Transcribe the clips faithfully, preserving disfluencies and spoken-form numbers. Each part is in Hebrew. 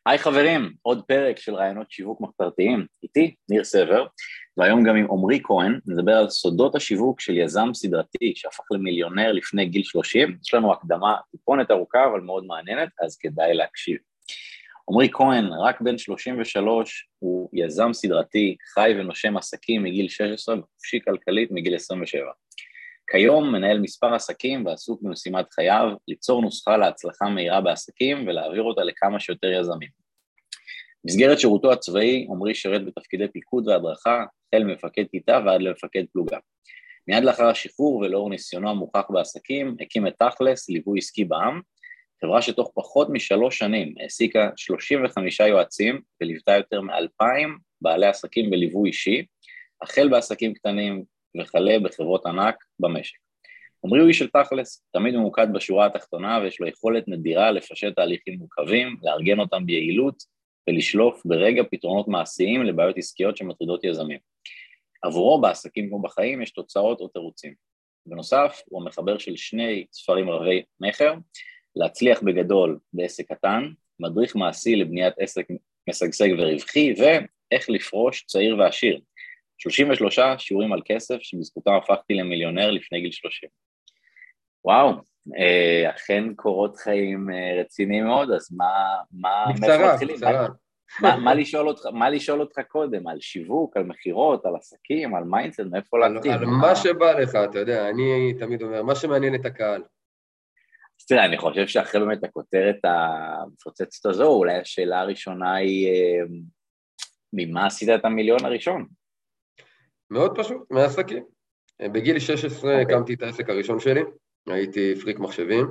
היי חברים, עוד פרק של רעיונות שיווק מחתרתיים, איתי ניר סבר, והיום גם עם עומרי כהן, נדבר על סודות השיווק של יזם סדרתי שהפך למיליונר לפני גיל שלושים, יש לנו הקדמה טיפונת ארוכה אבל מאוד מעניינת, אז כדאי להקשיב. עומרי כהן, רק בן שלושים ושלוש, הוא יזם סדרתי, חי ונושם עסקים מגיל שש עשרה, וחופשי כלכלית מגיל עשרים ושבע. כיום מנהל מספר עסקים ועסוק במשימת חייו, ליצור נוסחה להצלחה מהירה בעסקים ולהעביר אותה לכמה שיותר יזמים. במסגרת שירותו הצבאי, עומרי שירת בתפקידי פיקוד והדרכה, החל ממפקד כיתה ועד למפקד פלוגה. מיד לאחר השחרור ולאור ניסיונו המוכח בעסקים, הקים את תכלס, ליווי עסקי בע"מ, חברה שתוך פחות משלוש שנים העסיקה שלושים וחמישה יועצים וליוותה יותר מאלפיים בעלי עסקים בליווי אישי, החל בעסקים קטנים וכלה בחברות ענק במשק. עומרי הוא איש של תכלס, תמיד ממוקד בשורה התחתונה ויש לו יכולת נדירה לפשט תהליכים מורכבים, לארגן אותם ביעילות ולשלוף ברגע פתרונות מעשיים לבעיות עסקיות שמטרידות יזמים. עבורו בעסקים כמו בחיים יש תוצאות או תירוצים. בנוסף, הוא המחבר של שני ספרים רבי מחר, להצליח בגדול בעסק קטן, מדריך מעשי לבניית עסק משגשג ורווחי, ואיך לפרוש צעיר ועשיר. שלושים ושלושה שיעורים על כסף שבזכותם הפכתי למיליונר לפני גיל שלושים. וואו, אכן קורות חיים רציניים מאוד, אז מה... מה בקצרה, בקצרה. מה, מה, לשאול אותך, מה לשאול אותך קודם? על שיווק, על מחירות, על עסקים, על מיינדסט, מאיפה להתחיל? על מה שבא לך, אתה יודע, אני תמיד אומר, מה שמעניין את הקהל. אז תראה, אני חושב שאחרי באמת הכותרת המפוצצת הזו, אולי השאלה הראשונה היא, ממה עשית את המיליון הראשון? מאוד פשוט, מהעסקים. בגיל שש עשרה okay. הקמתי את העסק הראשון שלי, הייתי פריק מחשבים,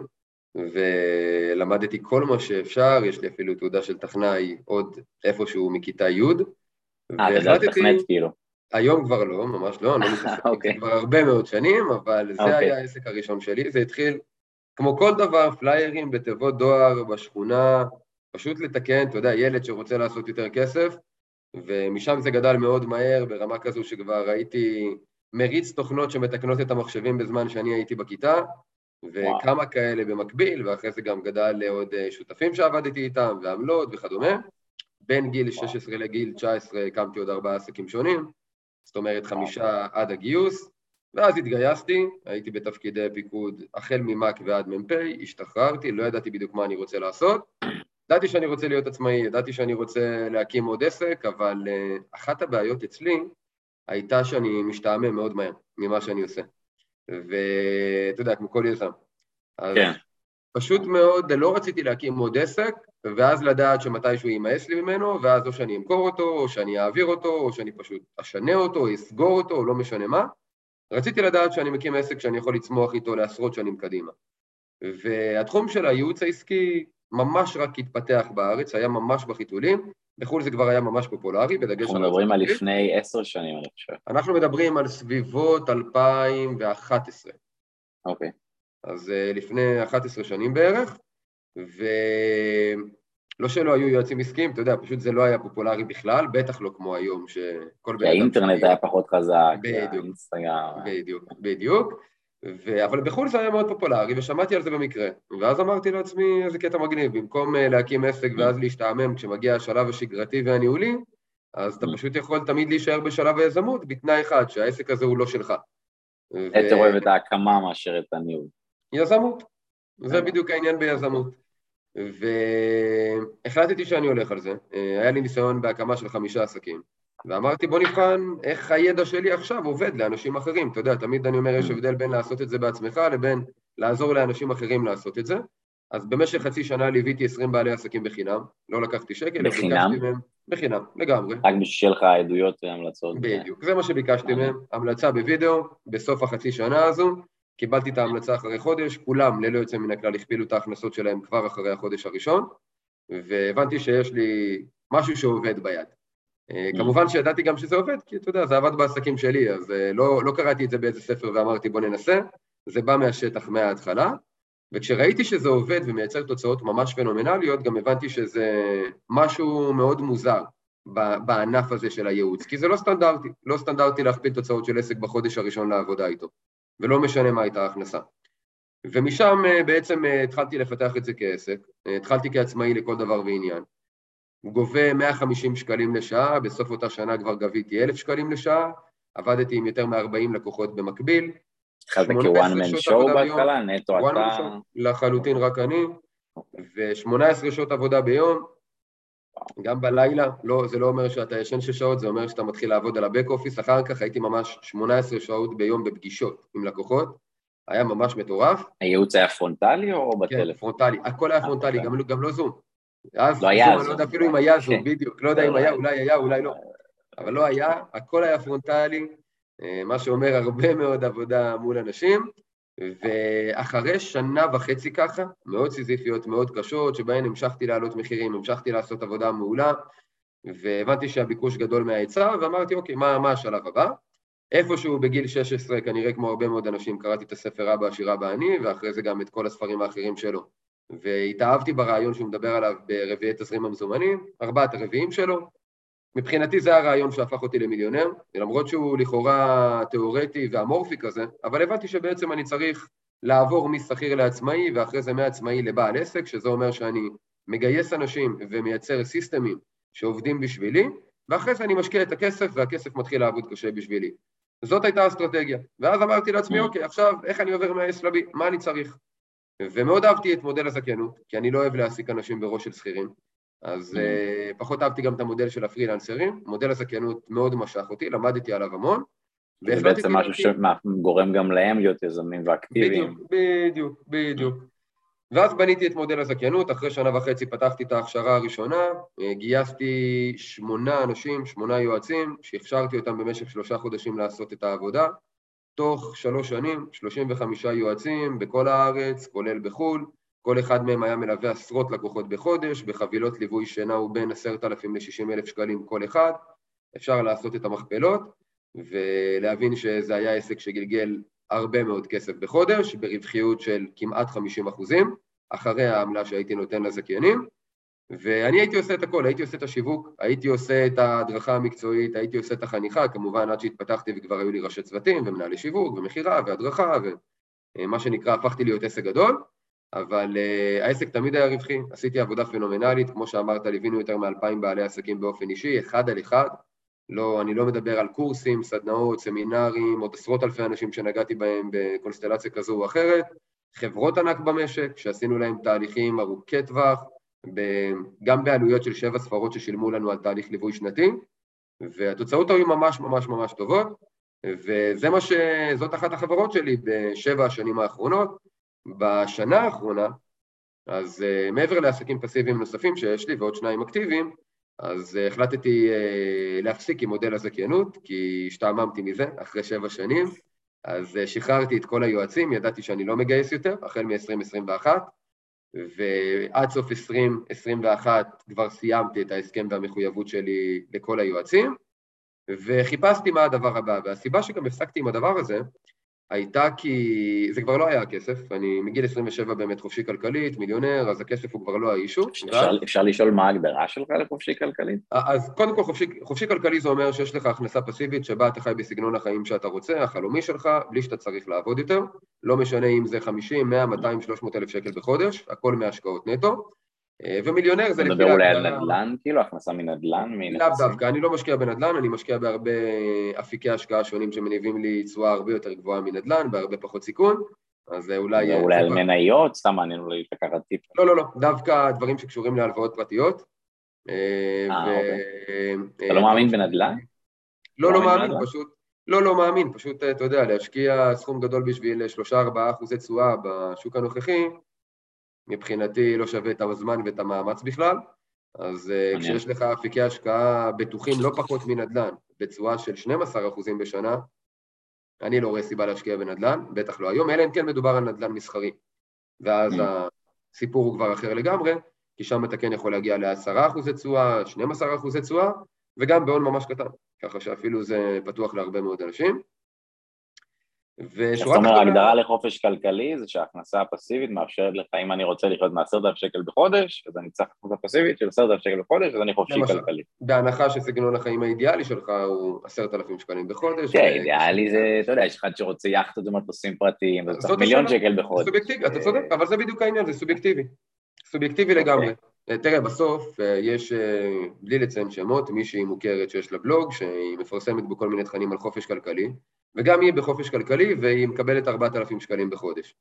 ולמדתי כל מה שאפשר, יש לי אפילו תעודה של טכנאי עוד איפשהו מכיתה י'. אה, אתה יודע תכנת כאילו. היום כבר לא, ממש לא, אני לא מתעסק, זה כבר הרבה מאוד שנים, אבל זה היה העסק הראשון שלי, זה התחיל כמו כל דבר, פליירים בתיבות דואר בשכונה, פשוט לתקן, אתה יודע, ילד שרוצה לעשות יותר כסף, ומשם זה גדל מאוד מהר, ברמה כזו שכבר הייתי מריץ תוכנות שמתקנות את המחשבים בזמן שאני הייתי בכיתה, וכמה וואו. כאלה במקביל, ואחרי זה גם גדל לעוד שותפים שעבדתי איתם, ועמלות וכדומה. בין גיל וואו. שש עשרה לגיל תשע עשרה הקמתי עוד ארבעה עסקים שונים, זאת אומרת חמישה וואו. עד הגיוס, ואז התגייסתי, הייתי בתפקידי פיקוד החל ממק ועד מ"פ, השתחררתי, לא ידעתי בדיוק מה אני רוצה לעשות, ידעתי שאני רוצה להיות עצמאי, ידעתי שאני רוצה להקים עוד עסק, אבל uh, אחת הבעיות אצלי הייתה שאני משתעמם מאוד מהר ממה שאני עושה. ואתה יודע, כמו כל יזם. אז כן. פשוט מאוד, לא רציתי להקים עוד עסק, ואז לדעת שמתישהו יימאס לי ממנו, ואז או שאני אמכור אותו, או שאני אעביר אותו, או שאני פשוט אשנה אותו, או אסגור אותו, או לא משנה מה. רציתי לדעת שאני מקים עסק שאני יכול לצמוח איתו לעשרות שנים קדימה. והתחום של הייעוץ העסקי ממש רק התפתח בארץ, היה ממש בחיתולים, בחו"ל זה כבר היה ממש פופולרי, בדגש על... אנחנו מדברים על לפני עשר שנים, אני חושב. אנחנו מדברים על סביבות אלפיים ואחת עשרה. אוקיי. אז לפני אחת עשרה שנים בערך, ולא שלא היו יועצים עסקיים, אתה יודע, פשוט זה לא היה פופולרי בכלל, בטח לא כמו היום, שכל בן אדם... האינטרנט היה פחות חזק, בדיוק, בדיוק, בדיוק. ו... אבל בחו"ל זה היה מאוד פופולרי, ושמעתי על זה במקרה, ואז אמרתי לעצמי, איזה קטע מגניב, במקום להקים עסק ואז להשתעמם כשמגיע השלב השגרתי והניהולי, אז אתה פשוט יכול תמיד להישאר בשלב היזמות, בתנאי אחד, שהעסק הזה הוא לא שלך. אתה אוהב את ההקמה מאשר את הניהול. יזמות, זה בדיוק העניין ביזמות. והחלטתי שאני הולך על זה, היה לי ניסיון בהקמה של חמישה עסקים, ואמרתי, בוא נבחן איך הידע שלי עכשיו עובד לאנשים אחרים. אתה יודע, תמיד אני אומר, יש הבדל בין לעשות את זה בעצמך, לבין לעזור לאנשים אחרים לעשות את זה. אז במשך חצי שנה ליוויתי עשרים בעלי עסקים בחינם, לא לקחתי שקל, בחינם? מהם, בחינם, לגמרי. רק בשביל לך עדויות והמלצות. בדיוק, זה מה שביקשתי מהם, המלצה בווידאו, בסוף החצי שנה הזו, קיבלתי את ההמלצה אחרי חודש, כולם ללא יוצא מן הכלל הכפילו את ההכנסות שלהם כבר אחרי החודש הראשון, והבנתי שיש לי משהו שעובד ביד. כמובן שידעתי גם שזה עובד, כי אתה יודע, זה עבד בעסקים שלי, אז לא, לא קראתי את זה באיזה ספר ואמרתי בוא ננסה, זה בא מהשטח מההתחלה, וכשראיתי שזה עובד ומייצר תוצאות ממש פנומנליות, גם הבנתי שזה משהו מאוד מוזר בענף הזה של הייעוץ, כי זה לא סטנדרטי, לא סטנדרטי להכפיל תוצאות של עסק בחודש הראשון לעבודה איתו, ולא משנה מה הייתה ההכנסה. ומשם בעצם התחלתי לפתח את זה כעסק, התחלתי כעצמאי לכל דבר ועניין, הוא גובה מאה וחמישים שקלים לשעה, בסוף אותה שנה כבר גביתי אלף שקלים לשעה, עבדתי עם יותר מ-ארבעים לקוחות במקביל. התחלת כ-one man show בהתחלה, נטו אתה? לחלוטין רק אני, ו-שמונה עשרה שעות עבודה ביום, גם בלילה, לא, זה לא אומר שאתה ישן שש שעות, זה אומר שאתה מתחיל לעבוד על הבק אופיס, אחר כך הייתי ממש שמונה עשרה שעות ביום בפגישות עם לקוחות, היה ממש מטורף. הייעוץ היה פרונטלי או בטלפון? כן, פרונטלי, הכל היה פרונטלי, גם, גם לא זום. אז לא היה זום, אני לא יודע אפילו אם היה זום, בדיוק, לא יודע אם היה, אולי היה, אולי לא. אבל לא היה, הכל היה פרונטלי, מה שאומר הרבה מאוד עבודה מול אנשים, ואחרי שנה וחצי ככה, מאוד סיזיפיות, מאוד קשות, שבהן המשכתי לעלות מחירים, המשכתי לעשות עבודה מעולה, והבנתי שהביקוש גדול מההיצע, ואמרתי, אוקיי, מה, מה השלב הבא? איפשהו בגיל שש עשרה, כנראה כמו הרבה מאוד אנשים, קראתי את הספר אבא עשיר אבא עני, ואחרי זה גם את כל הספרים האחרים שלו. והתאהבתי ברעיון שהוא מדבר עליו ברביעי תזרים המזומנים, ארבעת הרביעים שלו. מבחינתי זה הרעיון שהפך אותי למיליונר, למרות שהוא לכאורה תיאורטי ואמורפי כזה, אבל הבנתי שבעצם אני צריך לעבור משכיר לעצמאי, ואחרי זה מעצמאי לבעל עסק, שזה אומר שאני מגייס אנשים ומייצר סיסטמים שעובדים בשבילי, ואחרי זה אני משקיע את הכסף, והכסף מתחיל לעבוד קשה בשבילי. זאת הייתה האסטרטגיה. ואז אמרתי לעצמי, אוקיי, עכשיו, איך אני עובר מה-S ל-B? מה אני צריך? ומאוד אהבתי את מודל הזכיינות, כי אני לא אוהב להעסיק אנשים בראש של שכירים, אז uh, פחות אהבתי גם את המודל של הפרילנסרים, מודל הזכיינות מאוד משך אותי, למדתי עליו המון. זה בעצם משהו שגורם גם להם להיות יזמים ואקטיביים. בדיוק, בדיוק, בדיוק. ואז בניתי את מודל הזכיינות, אחרי שנה וחצי פתחתי את ההכשרה הראשונה, גייסתי שמונה אנשים, שמונה יועצים, שהכשרתי אותם במשך שלושה חודשים לעשות את העבודה, תוך שלוש שנים, שלושים וחמישה יועצים בכל הארץ, כולל בחול, כל אחד מהם היה מלווה עשרות לקוחות בחודש, בחבילות ליווי שנעו בין עשרת אלפים ל-שישים אלף שקלים כל אחד, אפשר לעשות את המכפלות, ולהבין שזה היה עסק שגלגל הרבה מאוד כסף בחודש, ברווחיות של כמעט חמישים אחוזים, אחרי העמלה שהייתי נותן לזכיינים, ואני הייתי עושה את הכל, הייתי עושה את השיווק, הייתי עושה את ההדרכה המקצועית, הייתי עושה את החניכה, כמובן עד שהתפתחתי וכבר היו לי ראשי צוותים, ומנהלי שיווק, ומחירה, והדרכה, ומה שנקרא, הפכתי להיות עסק גדול, אבל uh, העסק תמיד היה רווחי, עשיתי עבודה פנומנלית, כמו שאמרת, ליווינו יותר מאלפיים בעלי עסקים באופן אישי, אחד על אחד, לא, אני לא מדבר על קורסים, סדנאות, סמינרים, עוד עשרות אלפי אנשים שנגעתי בהם בקונסטלציה כזו או אחרת, חברות ענק במשק, שעשינו להם תהליכים ארוכי טווח, גם בעלויות של שבע ספרות ששילמו לנו על תהליך ליווי שנתי, והתוצאות היו ממש ממש ממש טובות, וזה מה ש... זאת אחת החברות שלי בשבע השנים האחרונות. בשנה האחרונה, אז uh, מעבר לעסקים פסיביים נוספים שיש לי ועוד שניים אקטיביים, אז uh, החלטתי uh, להפסיק עם מודל הזכיינות, כי השתעממתי מזה אחרי שבע שנים, אז uh, שחררתי את כל היועצים, ידעתי שאני לא מגייס יותר, החל מ-עשרים עשרים ואחת, ועד סוף עשרים עשרים ואחת כבר סיימתי את ההסכם והמחויבות שלי לכל היועצים, וחיפשתי מה הדבר הבא, והסיבה שגם הפסקתי עם הדבר הזה, הייתה כי זה כבר לא היה הכסף, אני מגיל עשרים ושבע באמת חופשי כלכלית, מיליונר, אז הכסף הוא כבר לא האישו. אפשר, אפשר לשאול מה ההגדרה שלך לחופשי כלכלית? אז קודם כל חופשי, חופשי כלכלי זה אומר שיש לך הכנסה פסיבית שבה אתה חי בסגנון החיים שאתה רוצה, החלומי שלך, בלי שאתה צריך לעבוד יותר, לא משנה אם זה חמישים, מאה, מאתיים, שלוש מאות אלף שקל בחודש, הכל מהשקעות נטו, ומיליונר זה לפי... מדבר אולי על נדל"ן, כאילו, הכנסה מנדל"ן, מנכסים? לאו דווקא, אני לא משקיע בנדל"ן, אני משקיע בהרבה אפיקי השקעה שונים שמניבים לי תשואה הרבה יותר גבוהה מנדל"ן, בהרבה פחות סיכון, אז אולי... אולי על מניות, סתם מעניין לי לקחת טיפ. לא, לא, לא, דווקא דברים שקשורים להלוואות פרטיות. אה, אוקיי. אתה לא מאמין בנדל"ן? לא, לא מאמין, פשוט... לא, לא מאמין, פשוט, אתה יודע, להשקיע סכום גדול בשביל שלושה ארבעה אחוזי תשואה בשוק הנוכחי, מבחינתי לא שווה את הזמן ואת המאמץ בכלל, אז uh, כשיש לך אפיקי השקעה בטוחים לא פחות מנדל"ן, בתשואה של שנים עשר אחוזים בשנה, אני לא רואה סיבה להשקיע בנדל"ן, בטח לא היום, אלא אם כן מדובר על נדל"ן מסחרי, ואז mm. הסיפור הוא כבר אחר לגמרי, כי שם אתה כן יכול להגיע ל-עשרה אחוזי תשואה, שנים עשר אחוזי תשואה, וגם בהון ממש קטן, ככה שאפילו זה פתוח להרבה מאוד אנשים. זאת אומרת, ההגדרה לחופש כלכלי זה שההכנסה הפסיבית מאפשרת לך, אם אני רוצה לחיות מעשרת אלפים שקל בחודש, אז אני צריך הכנסה פסיבית של עשרת אלפים שקל בחודש, אז אני חופשי כלכלי. בהנחה שסגנון החיים האידיאלי שלך הוא עשרת אלפים שקלים בחודש. כן, אידיאלי זה, אתה יודע, יש אחד שרוצה יאכטות ומטוסים פרטיים, אז צריך מיליון שקל בחודש. סובייקטיבי, אתה צודק, אבל זה בדיוק העניין, זה סובייקטיבי. סובייקטיבי לגמרי. תראה, בסוף יש, בלי לציין שמות, מישהי מוכרת שיש לה בלוג, שהיא מפרסמת בכל מיני תכנים על חופש כלכלי, וגם היא בחופש כלכלי, והיא מקבלת ארבעת אלפים שקלים בחודש.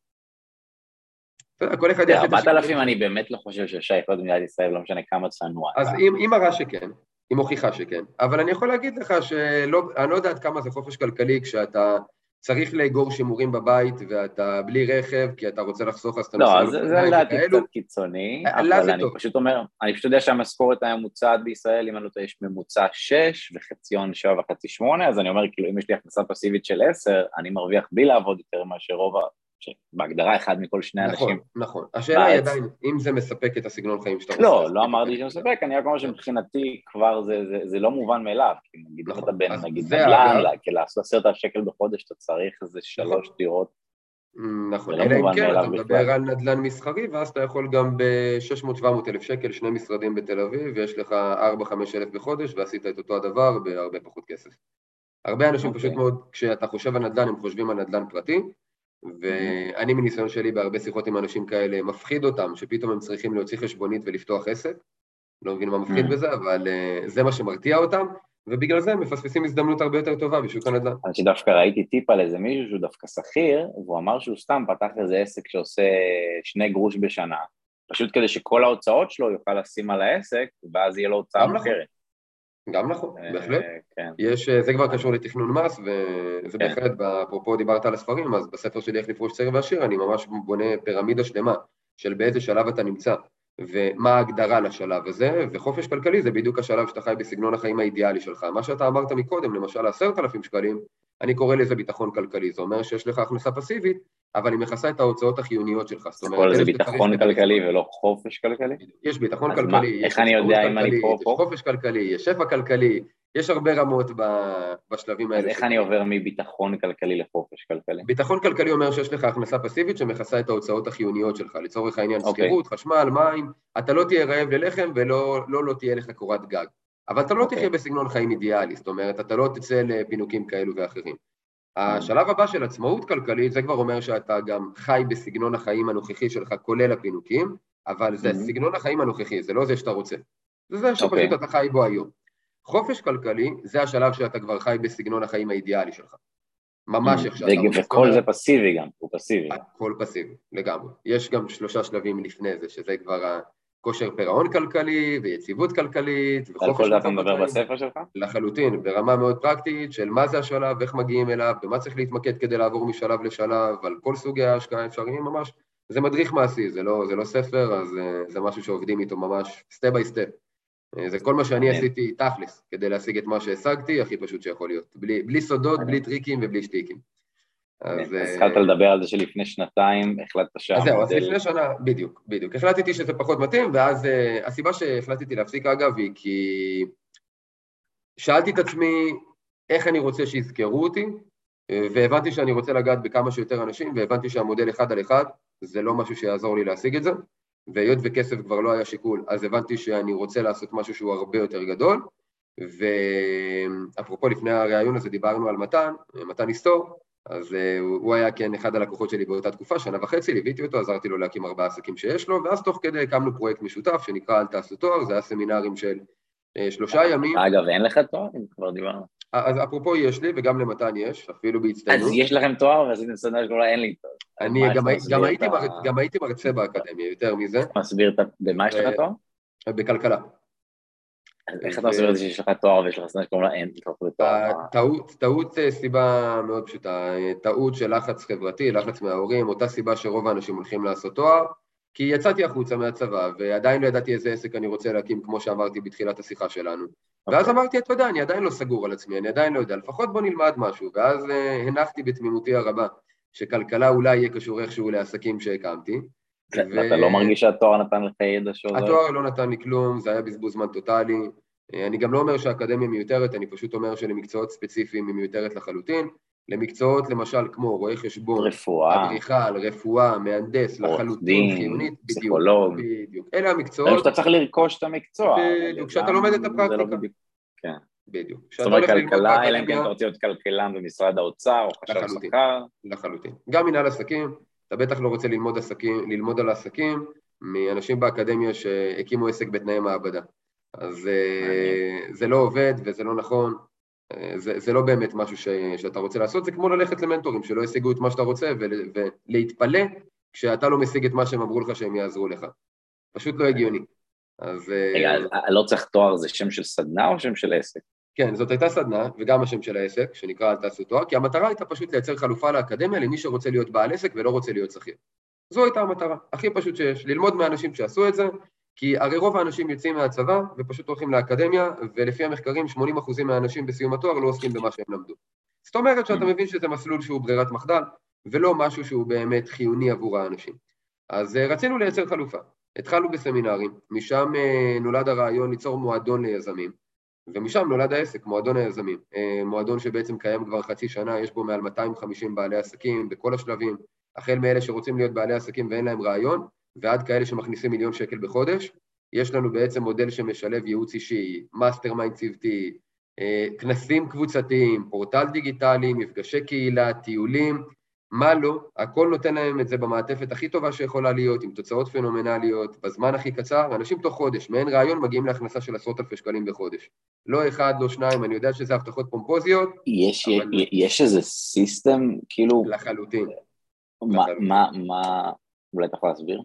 כל אחד יעשה את ארבעת אלפים אני באמת לא חושב שאפשר לחיות במדינת ישראל, לא משנה כמה צנוע. אז היא מראה שכן, היא מוכיחה שכן, אבל אני יכול להגיד לך שאני לא יודעת כמה זה חופש כלכלי כשאתה צריך לאגור שימורים בבית ואתה בלי רכב, כי אתה רוצה לחסוך, אז אתה נוסע לו בחיניים וכאלו. לא, זה לדעתי קצת קיצוני, אבל אני פשוט אומר, אני פשוט יודע שהמשכורת הממוצעת בישראל, אם אני לא יודע, יש ממוצע שש וחציון שבע וחצי שמונה, אז אני אומר, כאילו, אם יש לי הכנסה פסיבית של עשר, אני מרוויח בלי לעבוד יותר מאשר רוב, בהגדרה אחד מכל שני אנשים. נכון, נכון. השאלה היא עדיין, אם זה מספק את הסגנון חיים שאתה רוצה. לא, לא אמרתי שזה מספק, אני רק אומר שמבחינתי כבר זה לא מובן מאליו, כי נגיד לך אתה בין, נגיד נדל"ן, לעשות עשרת אלפים שקל בחודש, אתה צריך איזה שלוש דירות. נכון, אלא אם כן, אתה מדבר על נדל"ן מסחרי, ואז אתה יכול גם ב-שש מאות שבע מאות אלף שקל, שני משרדים בתל אביב, ויש לך ארבע חמש אלף בחודש, ועשית את אותו הדבר בהרבה פחות כסף. הרבה אנשים פשוט מאוד, כשאתה חושב על נדל"ן, הם חושבים על נדל"ן פרטי, ואני מניסיון שלי בהרבה שיחות עם אנשים כאלה, מפחיד אותם שפתאום הם צריכים להוציא חשבונית ולפתוח עסק, לא מבין מה מפחיד בזה, אבל זה מה שמרתיע אותם, ובגלל זה הם מפספסים הזדמנות הרבה יותר טובה בשוק הנדל"ן. אני שדווקא ראיתי טיפ על איזה מישהו שהוא דווקא שכיר, והוא אמר שהוא סתם פתח איזה עסק שעושה שני גרוש בשנה, פשוט כדי שכל ההוצאות שלו יוכל לשים על העסק, ואז יהיה לו הוצאה מוכרת. גם נכון, בהחלט. יש, זה כבר קשור לתכנון מס, וזה בהחלט, אפרופו דיברת על הספרים, אז בספר שלי איך לפרוש צעיר ועשיר, אני ממש בונה פירמידה שלמה, של באיזה שלב אתה נמצא, ומה ההגדרה לשלב הזה, וחופש כלכלי זה בדיוק השלב שאתה חי בסגנון החיים האידיאלי שלך. מה שאתה אמרת מקודם, למשל עשרת אלפים שקלים, אני קורא לזה ביטחון כלכלי, זה אומר שיש לך הכנסה פסיבית, אבל היא מכסה את ההוצאות החיוניות שלך. זאת אומרת, זה ביטחון כלכלי ולא חופש כלכלי? יש ביטחון כלכלי, יש חופש כלכלי, יש שפע כלכלי, יש הרבה רמות בשלבים האלה. אז איך אני עובר מביטחון כלכלי לחופש כלכלי? ביטחון כלכלי אומר שיש לך הכנסה פסיבית שמכסה את ההוצאות החיוניות שלך, לצורך העניין שכירות, חשמל, מים, אתה לא תהיה רעב ללחם ולא לא, לא תהיה לך קורת גג. אבל אתה לא תחיה בסגנון חיים אידיאלי, זאת אומרת, אתה לא תצא לפינוקים כאלו ואחרים. השלב הבא של עצמאות כלכלית, זה כבר אומר שאתה גם חי בסגנון החיים הנוכחי שלך, כולל הפינוקים, אבל זה סגנון החיים הנוכחי, זה לא זה שאתה רוצה. זה זה שפשוט אתה חי בו היום. חופש כלכלי, זה השלב שאתה כבר חי בסגנון החיים האידיאלי שלך. ממש איך שאתה... וכל זה פסיבי גם, הוא פסיבי. הכל פסיבי, לגמרי. יש גם שלושה שלבים לפני זה, שזה כבר כושר פירעון כלכלי, ויציבות כלכללית, על כל זה אתה מדבר בספר שלך? לחלוטין, ברמה מאוד פרקטית של מה זה השלב, איך מגיעים אליו, ומה צריך להתמקד כדי לעבור משלב לשלב, על כל סוגי ההשקעה אפשריים ממש. זה מדריך מעשי, זה לא, זה לא ספר, אז זה משהו שעובדים איתו ממש סטפ ביי סטפ. זה כל מה שאני עשיתי תכלס, כדי להשיג את מה שהשגתי, הכי פשוט שיכול להיות. בלי, בלי סודות, בלי טריקים ובלי שטיקים. אז התחלת לדבר על זה שלפני שנתיים, החלטת שהמודל... אז זהו, אז לפני שנה, בדיוק, בדיוק. החלטתי שזה פחות מתאים, ואז הסיבה שהחלטתי להפסיק אגב היא כי שאלתי את עצמי איך אני רוצה שיזכרו אותי, והבנתי שאני רוצה לגעת בכמה שיותר אנשים, והבנתי שהמודל אחד על אחד, זה לא משהו שיעזור לי להשיג את זה, והיות וכסף כבר לא היה שיקול, אז הבנתי שאני רוצה לעשות משהו שהוא הרבה יותר גדול, ואפרופו לפני הרעיון הזה דיברנו על מתן, מתן היסטור, אז הוא היה כן אחד הלקוחות שלי באותה תקופה, שנה וחצי, ליוויתי אותו, עזרתי לו להקים ארבעה עסקים שיש לו, ואז תוך כדי הקמנו פרויקט משותף שנקרא אל תעשו תואר, זה היה סמינרים של שלושה ימים. אגב, אין לך תואר? אם כבר דיברנו. אז אפרופו יש לי, וגם למתן יש, אפילו בהצטיינות. אז יש לכם תואר, ועשיתם סדנה שכולה אין לי תואר. אני גם הייתי מרצה באקדמיה, יותר מזה. מסביר, במה יש לך תואר? בכלכלה. איך אתה מסביר את זה שיש לך תואר ויש לך סדנה שכולה אין תואר? טעות סיבה מאוד פשוטה, טעות של לחץ חברתי, לחץ מההורים, אותה סיבה שרוב האנשים הולכים לעשות תואר, כי יצאתי החוצה מהצבא, ועדיין לא ידעתי איזה עסק אני רוצה להקים, כמו שאמרתי בתחילת השיחה שלנו. ואז אמרתי, אתה יודע, אני עדיין לא סגור על עצמי, אני עדיין לא יודע, לפחות בוא נלמד משהו, ואז הנחתי בתמימותי הרבה, שכלכלה אולי יהיה קשור איכשהו לעסקים שהקמתי. ואתה לא מרגיש שהתואר נתן לך ידע שעוזר? התואר לא נתן לי כלום, זה היה בזבוז זמן טוטלי. אני גם לא אומר שהאקדמיה מיותרת, אני פשוט אומר שלמקצועות ספציפיים היא מיותרת לחלוטין. למקצועות למשל כמו רואה חשבון, רפואה, אדריכל, רפואה, מהנדס, לחלוטין, חיונית, פסיכולוג. בדיוק. אלה המקצועות. שאתה צריך לרכוש את המקצוע. בדיוק, שאתה לומד את הפרקטיקה. כן. בדיוק. זאת אומרת כלכלה, אלא אם כן אתה רוצה להיות כלכלן במשרד האוצר, או חשב שכר. לחלוטין. גם מנהל עסקים, אתה בטח לא רוצה ללמוד עסקים, ללמוד על העסקים, מאנשים באקדמיה שהקימו עסק בתנאי מעבדה. אז זה לא עובד וזה לא נכון, זה, זה לא באמת משהו ש, שאתה רוצה לעשות, זה כמו ללכת למנטורים שלא ישיגו את מה שאתה רוצה ולהתפלא כשאתה לא משיג את מה שהם אמרו לך שהם יעזרו לך. פשוט לא הגיוני. אז... רגע, לא צריך תואר, זה שם של סדנה או שם של עסק? כן, זאת הייתה סדנה, וגם השם של העסק, שנקרא אל תעשו תואר, כי המטרה הייתה פשוט לייצר חלופה לאקדמיה למי שרוצה להיות בעל עסק ולא רוצה להיות שכיר. זו הייתה המטרה, הכי פשוט שיש, ללמוד מהאנשים שעשו את זה, כי הרי רוב האנשים יוצאים מהצבא ופשוט הולכים לאקדמיה, ולפי המחקרים שמונים אחוז מהאנשים בסיום התואר לא עוסקים במה שהם למדו. זאת אומרת שאתה מבין שזה מסלול שהוא ברירת מחדל, ולא משהו שהוא באמת חיוני עבור האנשים. אז רצינו לייצר חלופה. התחלנו בסמינרים, משם נולד הרעיון ליצור מועדון ליזמים, ומשם נולד העסק, מועדון היזמים. מועדון שבעצם קיים כבר חצי שנה, יש בו מעל מאתיים וחמישים בעלי עסקים בכל השלבים, החל מאלה שרוצים להיות בעלי עסקים ואין להם רעיון, ועד כאלה שמכניסים מיליון שקל בחודש. יש לנו בעצם מודל שמשלב ייעוץ אישי, מאסטר מיינד צוותי, כנסים קבוצתיים, פורטל דיגיטלי, מפגשי קהילה, טיולים, מה לא, הכל נותן להם את זה במעטפת הכי טובה שיכולה להיות, עם תוצאות פנומנליות, בזמן הכי קצר, אנשים תוך חודש, מעין רעיון מגיעים להכנסה של עשרות אלפי שקלים בחודש. לא אחד, לא שניים, אני יודע שזה הבטחות פומפוזיות. יש, אבל... יש איזה סיסטם, כאילו... לחלוטין. מה, לחלוטין. מה, מה, אולי אתה יכול להסביר?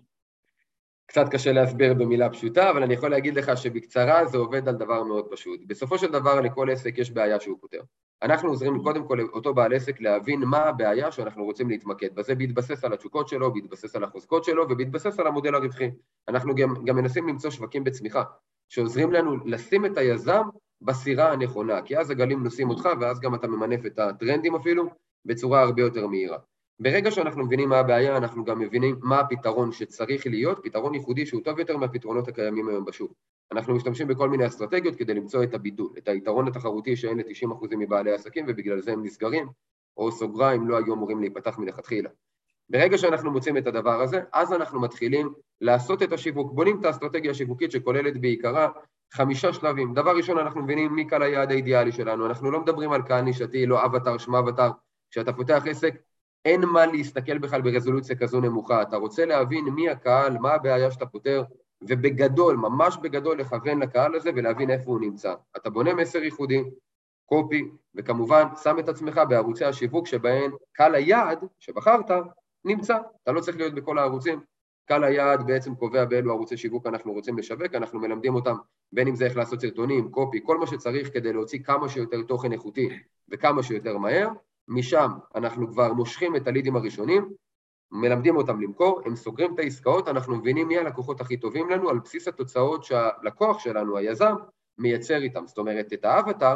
קצת קשה להסביר במילה פשוטה, אבל אני יכול להגיד לך שבקצרה זה עובד על דבר מאוד פשוט. בסופו של דבר לכל עסק יש בעיה שהוא פותר. אנחנו עוזרים קודם כל אותו בעל עסק להבין מה הבעיה שאנחנו רוצים להתמקד, וזה בהתבסס על התשוקות שלו, בהתבסס על החוזקות שלו, ובהתבסס על המודל הרווחי. אנחנו גם, גם מנסים למצוא שווקים בצמיחה, שעוזרים לנו לשים את היזם בסירה הנכונה, כי אז הגלים נושאים אותך, ואז גם אתה ממנף את הטרנדים אפילו, בצורה הרבה יותר מהירה. ברגע שאנחנו מבינים מה הבעיה, אנחנו גם מבינים מה הפתרון שצריך להיות, פתרון ייחודי שהוא טוב יותר מהפתרונות הקיימים היום בשוק. אנחנו משתמשים בכל מיני אסטרטגיות כדי למצוא את הבידול, את היתרון התחרותי שאין ל-תשעים אחוז מבעלי העסקים, ובגלל זה הם נסגרים, או סוגריים לא היו אמורים להיפתח מלכתחילה. ברגע שאנחנו מוצאים את הדבר הזה, אז אנחנו מתחילים לעשות את השיווק, בונים את האסטרטגיה השיווקית שכוללת בעיקרה חמישה שלבים. דבר ראשון, אנחנו מבינים מי קהל היעד האידיאלי שלנו, אנחנו לא מדברים על קהל נישתי, לא אבטר, שמה אבטר. כשאתה פותח עסק, אין מה להסתכל בכלל ברזולוציה כזו נמוכה, אתה רוצה להבין מי הקהל, מה הבעיה שאתה פותר, ובגדול, ממש בגדול לכוון לקהל הזה ולהבין איפה הוא נמצא. אתה בונה מסר ייחודי, קופי, וכמובן שם את עצמך בערוצי השיווק שבהן קהל היעד שבחרת נמצא. אתה לא צריך להיות בכל הערוצים, קהל היעד בעצם קובע באילו ערוצי שיווק אנחנו רוצים לשווק, אנחנו מלמדים אותם בין אם זה איך לעשות סרטונים, קופי, כל מה שצריך כדי להוציא כמה שיותר תוכן איכותי וכמה שיותר מהר. משם אנחנו כבר מושכים את הלידים הראשונים, מלמדים אותם למכור, הם סוגרים את העסקאות, אנחנו מבינים מי הלקוחות הכי טובים לנו, על בסיס התוצאות שהלקוח שלנו, היזם, מייצר איתם. זאת אומרת, את האבטר,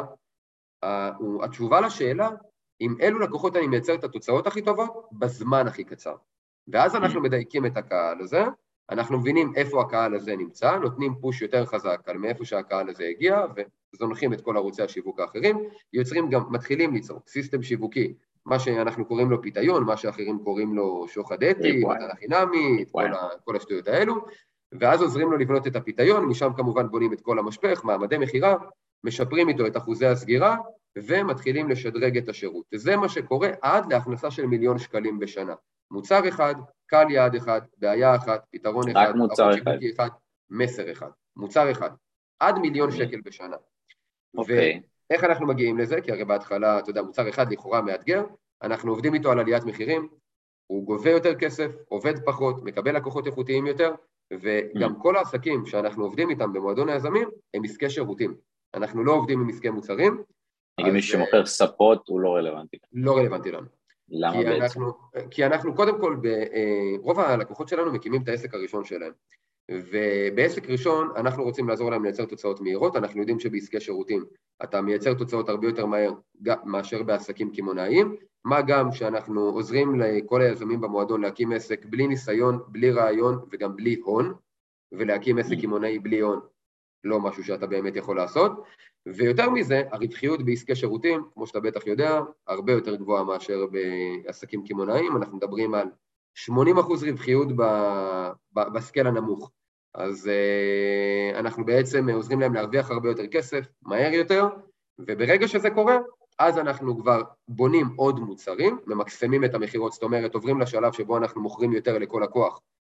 התשובה לשאלה, עם אילו לקוחות אני מייצר את התוצאות הכי טובות, בזמן הכי קצר. ואז אנחנו מדייקים את הקהל הזה, אנחנו מבינים איפה הקהל הזה נמצא, נותנים פוש יותר חזק על מאיפה שהקהל הזה הגיע, וזונחים את כל ערוצי השיווק האחרים, יוצרים גם, מתחילים ליצור סיסטם שיווקי, מה שאנחנו קוראים לו פיתיון, מה שאחרים קוראים לו שוחד אתי, מתנה חינמית, כל, כל השטויות האלו, ואז עוזרים לו לבנות את הפיתיון, משם כמובן בונים את כל המשפך, מעמדי מחירה, משפרים איתו את אחוזי הסגירה, ומתחילים לשדרג את השירות. וזה מה שקורה עד להכנסה של מיליון שקלים בשנה. מוצר אחד, קהל יעד אחד, בעיה אחת, פתרון אחד, ערוץ שיווקי אחד, מסר אחד. מוצר אחד. עד מיליון שקל בשנה. אוקיי. ואיך אנחנו מגיעים לזה? כי הרי בהתחלה, אתה יודע, מוצר אחד לכאורה מאתגר, אנחנו עובדים איתו על עליית מחירים, הוא גובה יותר כסף, עובד פחות, מקבל לקוחות איכותיים יותר, וגם כל העסקים שאנחנו עובדים איתם במועדון היזמים, הם עסקי שירותים. אנחנו לא עובדים עם עסקי מוצרים. נגיד מי שמוכר ספות הוא לא רלוונטי. לא רלוונטי לנו. למה כי בעצם? אנחנו, כי אנחנו קודם כל, רוב הלקוחות שלנו מקימים את העסק הראשון שלהם. ובעסק ראשון אנחנו רוצים לעזור להם לייצר תוצאות מהירות, אנחנו יודעים שבעסקי שירותים אתה מייצר תוצאות הרבה יותר מהר מאשר בעסקים קמעונאיים, מה גם שאנחנו עוזרים לכל היזמים במועדון להקים עסק בלי ניסיון, בלי רעיון וגם בלי הון, ולהקים עסק קמעונאי בלי הון, לא משהו שאתה באמת יכול לעשות, ויותר מזה, הרווחיות בעסקי שירותים, כמו שאתה בטח יודע, הרבה יותר גבוהה מאשר בעסקים קמעונאיים, אנחנו מדברים על שמונים אחוז רווחיות בסקל הנמוך, אז אנחנו בעצם עוזרים להם להרוויח הרבה יותר כסף, מהר יותר, וברגע שזה קורה, אז אנחנו כבר בונים עוד מוצרים, ממקסמים את המחירות, זאת אומרת, עוברים לשלב שבו אנחנו מוכרים יותר לכל לקוח,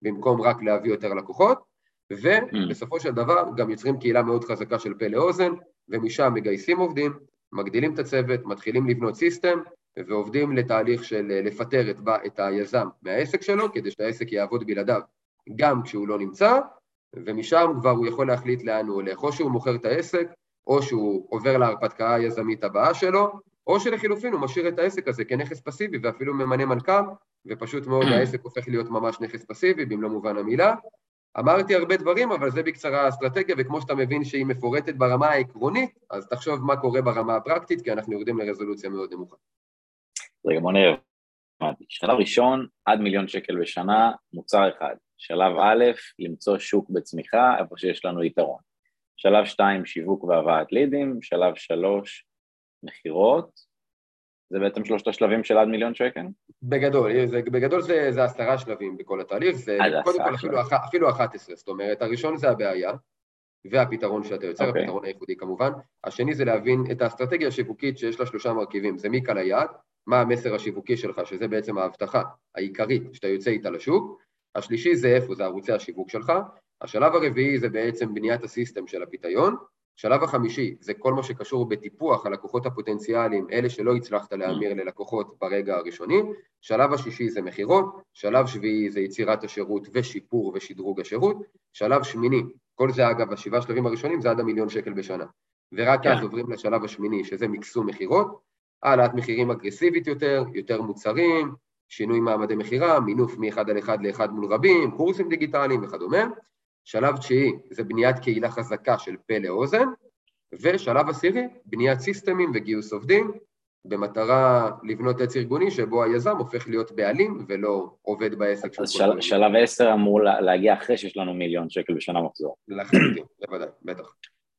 במקום רק להביא יותר לקוחות, ובסופו של דבר גם יוצרים קהילה מאוד חזקה של פה לאוזן, ומשם מגייסים עובדים, מגדילים את הצוות, מתחילים לבנות סיסטם, ועובדים לתהליך של לפטר את, את היזם מהעסק שלו, כדי שהעסק יעבוד בלעדיו, גם כשהוא לא נמצא, ומשם כבר הוא יכול להחליט לאן הוא הולך, או שהוא מוכר את העסק, או שהוא עובר להרפתקה היזמית הבאה שלו, או שלחילופין הוא משאיר את העסק הזה כנכס פסיבי, ואפילו ממנה מנכ"ל, ופשוט מאוד העסק הופך להיות ממש נכס פסיבי, במלוא מובן המילה. אמרתי הרבה דברים, אבל זה בקצרה האסטרטגיה, וכמו שאתה מבין שהיא מפורטת ברמה העקרונית, אז תחשוב מה קורה ברמה הפרקטית, כי אנחנו יורדים לרזולוציה מאוד נמוכה. רגע, בוא נראה. שלב ראשון, עד מיליון שקל בשנה, מוצר אחד. שלב א', למצוא שוק בצמיחה, איפה שיש לנו יתרון. שלב שתיים, שיווק והבאת לידים. שלב שלוש, מחירות. זה בעצם שלושת השלבים של עד מיליון שקל? בגדול, זה, בגדול זה, זה עשרה שלבים בכל התהליך, זה קודם כל אפילו, אפילו אחת עשרה, זאת אומרת, הראשון זה הבעיה, והפתרון שאתה יוצר, okay. הפתרון הייחודי כמובן, השני זה להבין את האסטרטגיה השיווקית שיש לה שלושה מרכיבים, זה מי קהל היעד, מה המסר השיווקי שלך, שזה בעצם ההבטחה העיקרית שאתה יוצא איתה לשוק, השלישי זה איפה, זה ערוצי השיווק שלך, השלב הרביעי זה בעצם בניית הסיסטם של הפיתיון, שלב החמישי זה כל מה שקשור בטיפוח הלקוחות הפוטנציאליים, אלה שלא הצלחת להמיר ללקוחות ברגע הראשוני, שלב השישי זה מחירות, שלב שביעי זה יצירת השירות ושיפור ושדרוג השירות, שלב שמיני, כל זה אגב, השבעה שלבים הראשונים זה עד המיליון שקל בשנה, ורק אז עוברים לשלב השמיני שזה מקסום מחירות, העלאת מחירים אגרסיבית יותר, יותר מוצרים, שינוי מעמדי מחירה, מינוף מאחד על אחד לאחד מול רבים, קורסים דיגיטליים וכדומה, שלב תשיעי זה בניית קהילה חזקה של פה לאוזן, ושלב עשירי, בניית סיסטמים וגיוס עובדים, במטרה לבנות עץ ארגוני שבו היזם הופך להיות בעלים ולא עובד בעסק. אז של, שלב עשר אמור להגיע אחרי שיש לנו מיליון שקל בשנה מחזור. לחלוטין, בוודאי, בטח.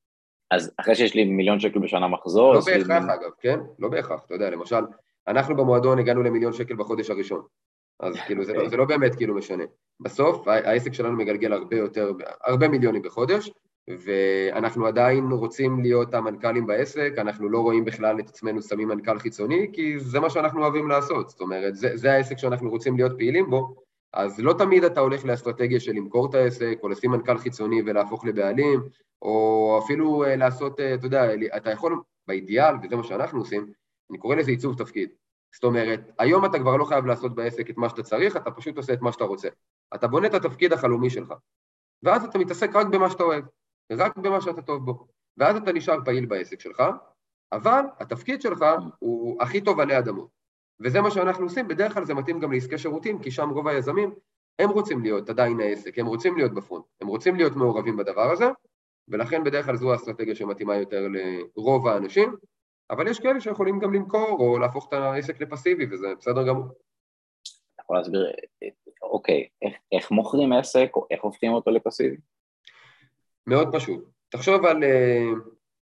אז אחרי שיש לי מיליון שקל בשנה מחזור... לא בהכרח לי... אגב, כן? לא בהכרח, אתה יודע, למשל, אנחנו במועדון הגענו למיליון שקל בחודש הראשון. אז כאילו, זה, לא, זה לא באמת כאילו משנה. בסוף, העסק שלנו מגלגל הרבה יותר, הרבה מיליונים בחודש, ואנחנו עדיין רוצים להיות המנכ"לים בעסק, אנחנו לא רואים בכלל את עצמנו שמים מנכ"ל חיצוני, כי זה מה שאנחנו אוהבים לעשות, זאת אומרת, זה, זה העסק שאנחנו רוצים להיות פעילים בו, אז לא תמיד אתה הולך לאסטרטגיה של למכור את העסק, או לשים מנכ"ל חיצוני ולהפוך לבעלים, או אפילו לעשות, אתה יודע, אתה יכול, באידיאל, וזה מה שאנחנו עושים, אני קורא לזה עיצוב תפקיד. זאת אומרת, היום אתה כבר לא חייב לעשות בעסק את מה שאתה צריך, אתה פשוט עושה את מה שאתה רוצה. אתה בונה את התפקיד החלומי שלך, ואז אתה מתעסק רק במה שאתה אוהב, רק במה שאתה טוב בו, ואז אתה נשאר פעיל בעסק שלך, אבל התפקיד שלך הוא הכי טוב עלי אדמות. וזה מה שאנחנו עושים, בדרך כלל זה מתאים גם לעסקי שירותים, כי שם רוב היזמים, הם רוצים להיות עדיין העסק, הם רוצים להיות בפרונט, הם רוצים להיות מעורבים בדבר הזה, ולכן בדרך כלל זו האסטרטגיה שמתאימה יותר לרוב האנשים, אבל יש כאלה שיכולים גם למכור או להפוך את העסק לפסיבי, וזה בסדר גמור. אתה יכול להסביר, אוקיי, איך, איך מוכרים עסק או איך הופכים אותו לפסיבי? מאוד פשוט. תחשוב על uh,